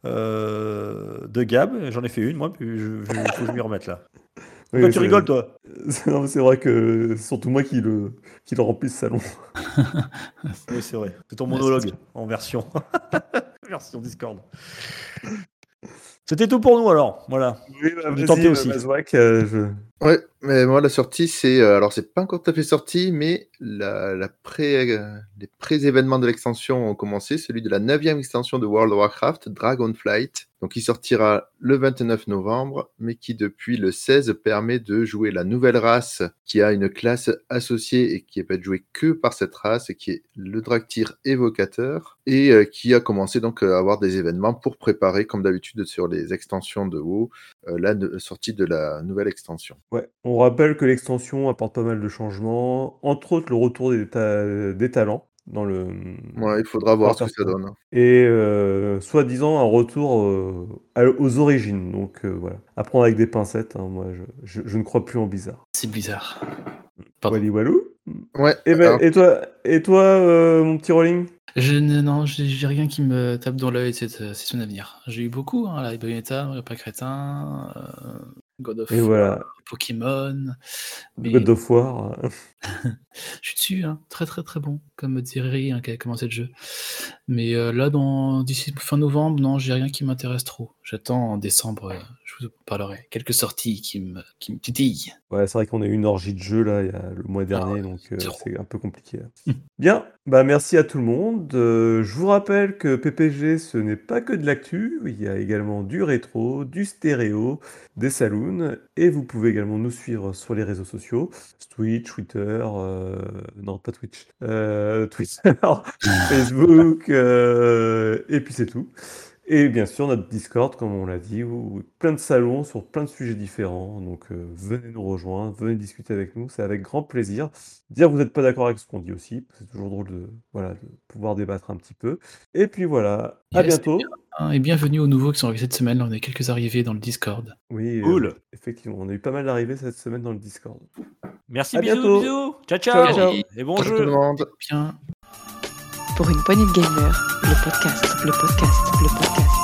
Gab. J'en ai fait une, moi, puis faut que je m'y remette là. Oui, Pourquoi tu rigoles, toi? Non, mais c'est vrai que c'est surtout moi qui le remplis ce salon. Oui, c'est vrai. C'est ton Ouais, monologue en version Discord. C'était tout pour nous alors. Voilà. Oui, On est tenté aussi. Mazouak, Ouais, mais moi la sortie c'est alors c'est pas encore tout à fait sorti, mais les pré-événements de l'extension ont commencé, celui de la 9e extension de World of Warcraft, Dragonflight. Donc il sortira le 29 novembre, mais qui depuis le 16 permet de jouer la nouvelle race qui a une classe associée et qui peut être jouée que par cette race, et qui est le Draktyr évocateur, et qui a commencé donc à avoir des événements pour préparer, comme d'habitude sur les extensions de WoW, la sortie de la nouvelle extension. Ouais, on rappelle que l'extension apporte pas mal de changements, entre autres le retour des talents dans le. Ouais, il faudra voir ce que ça perso. donne. Et soi-disant un retour aux origines. Donc voilà, à prendre avec des pincettes. Hein, moi, je ne crois plus en Blizzard. C'est bizarre. Pardon. Wally Walou. Ouais, Et, alors, et toi, mon petit Rolling? Non, j'ai rien qui me tape dans l'œil cette session à venir. J'ai eu beaucoup, hein, la Bayonetta, Pas Crétin, God of Et War, voilà, Pokémon. Mais God of War. je suis dessus, hein. Très très très bon, comme Thierry hein, qui a commencé le jeu. Mais là, d'ici fin novembre, non, j'ai rien qui m'intéresse trop. J'attends en décembre, je vous en parlerai. Quelques sorties qui me titillent. Ouais, c'est vrai qu'on a eu une orgie de jeux là, il y a le mois dernier, donc zéro. c'est un peu compliqué. Bien, bah merci à tout le monde. Je vous rappelle que PPG, ce n'est pas que de l'actu, il y a également du rétro, du stéréo, des saloons, et vous pouvez également nous suivre sur les réseaux sociaux, Twitch, Twitter, non pas Twitch, Twitter, Facebook, et puis c'est tout. Et bien sûr, notre Discord, comme on l'a dit, où plein de salons sur plein de sujets différents. Donc, venez nous rejoindre, venez discuter avec nous, c'est avec grand plaisir. Dire que vous n'êtes pas d'accord avec ce qu'on dit aussi, c'est toujours drôle de pouvoir débattre un petit peu. Et puis voilà, à Yes, bientôt. Et bienvenue aux nouveaux qui sont arrivés cette semaine. Là, on a quelques arrivées dans le Discord. Oui, Cool. effectivement, on a eu pas mal d'arrivées cette semaine dans le Discord. Merci, À bisous, bientôt. bisous. Ciao, Ciao, ciao. ciao. Et bon ciao tout jeu. le monde. Bien. Pour une poignée de gamers, le podcast.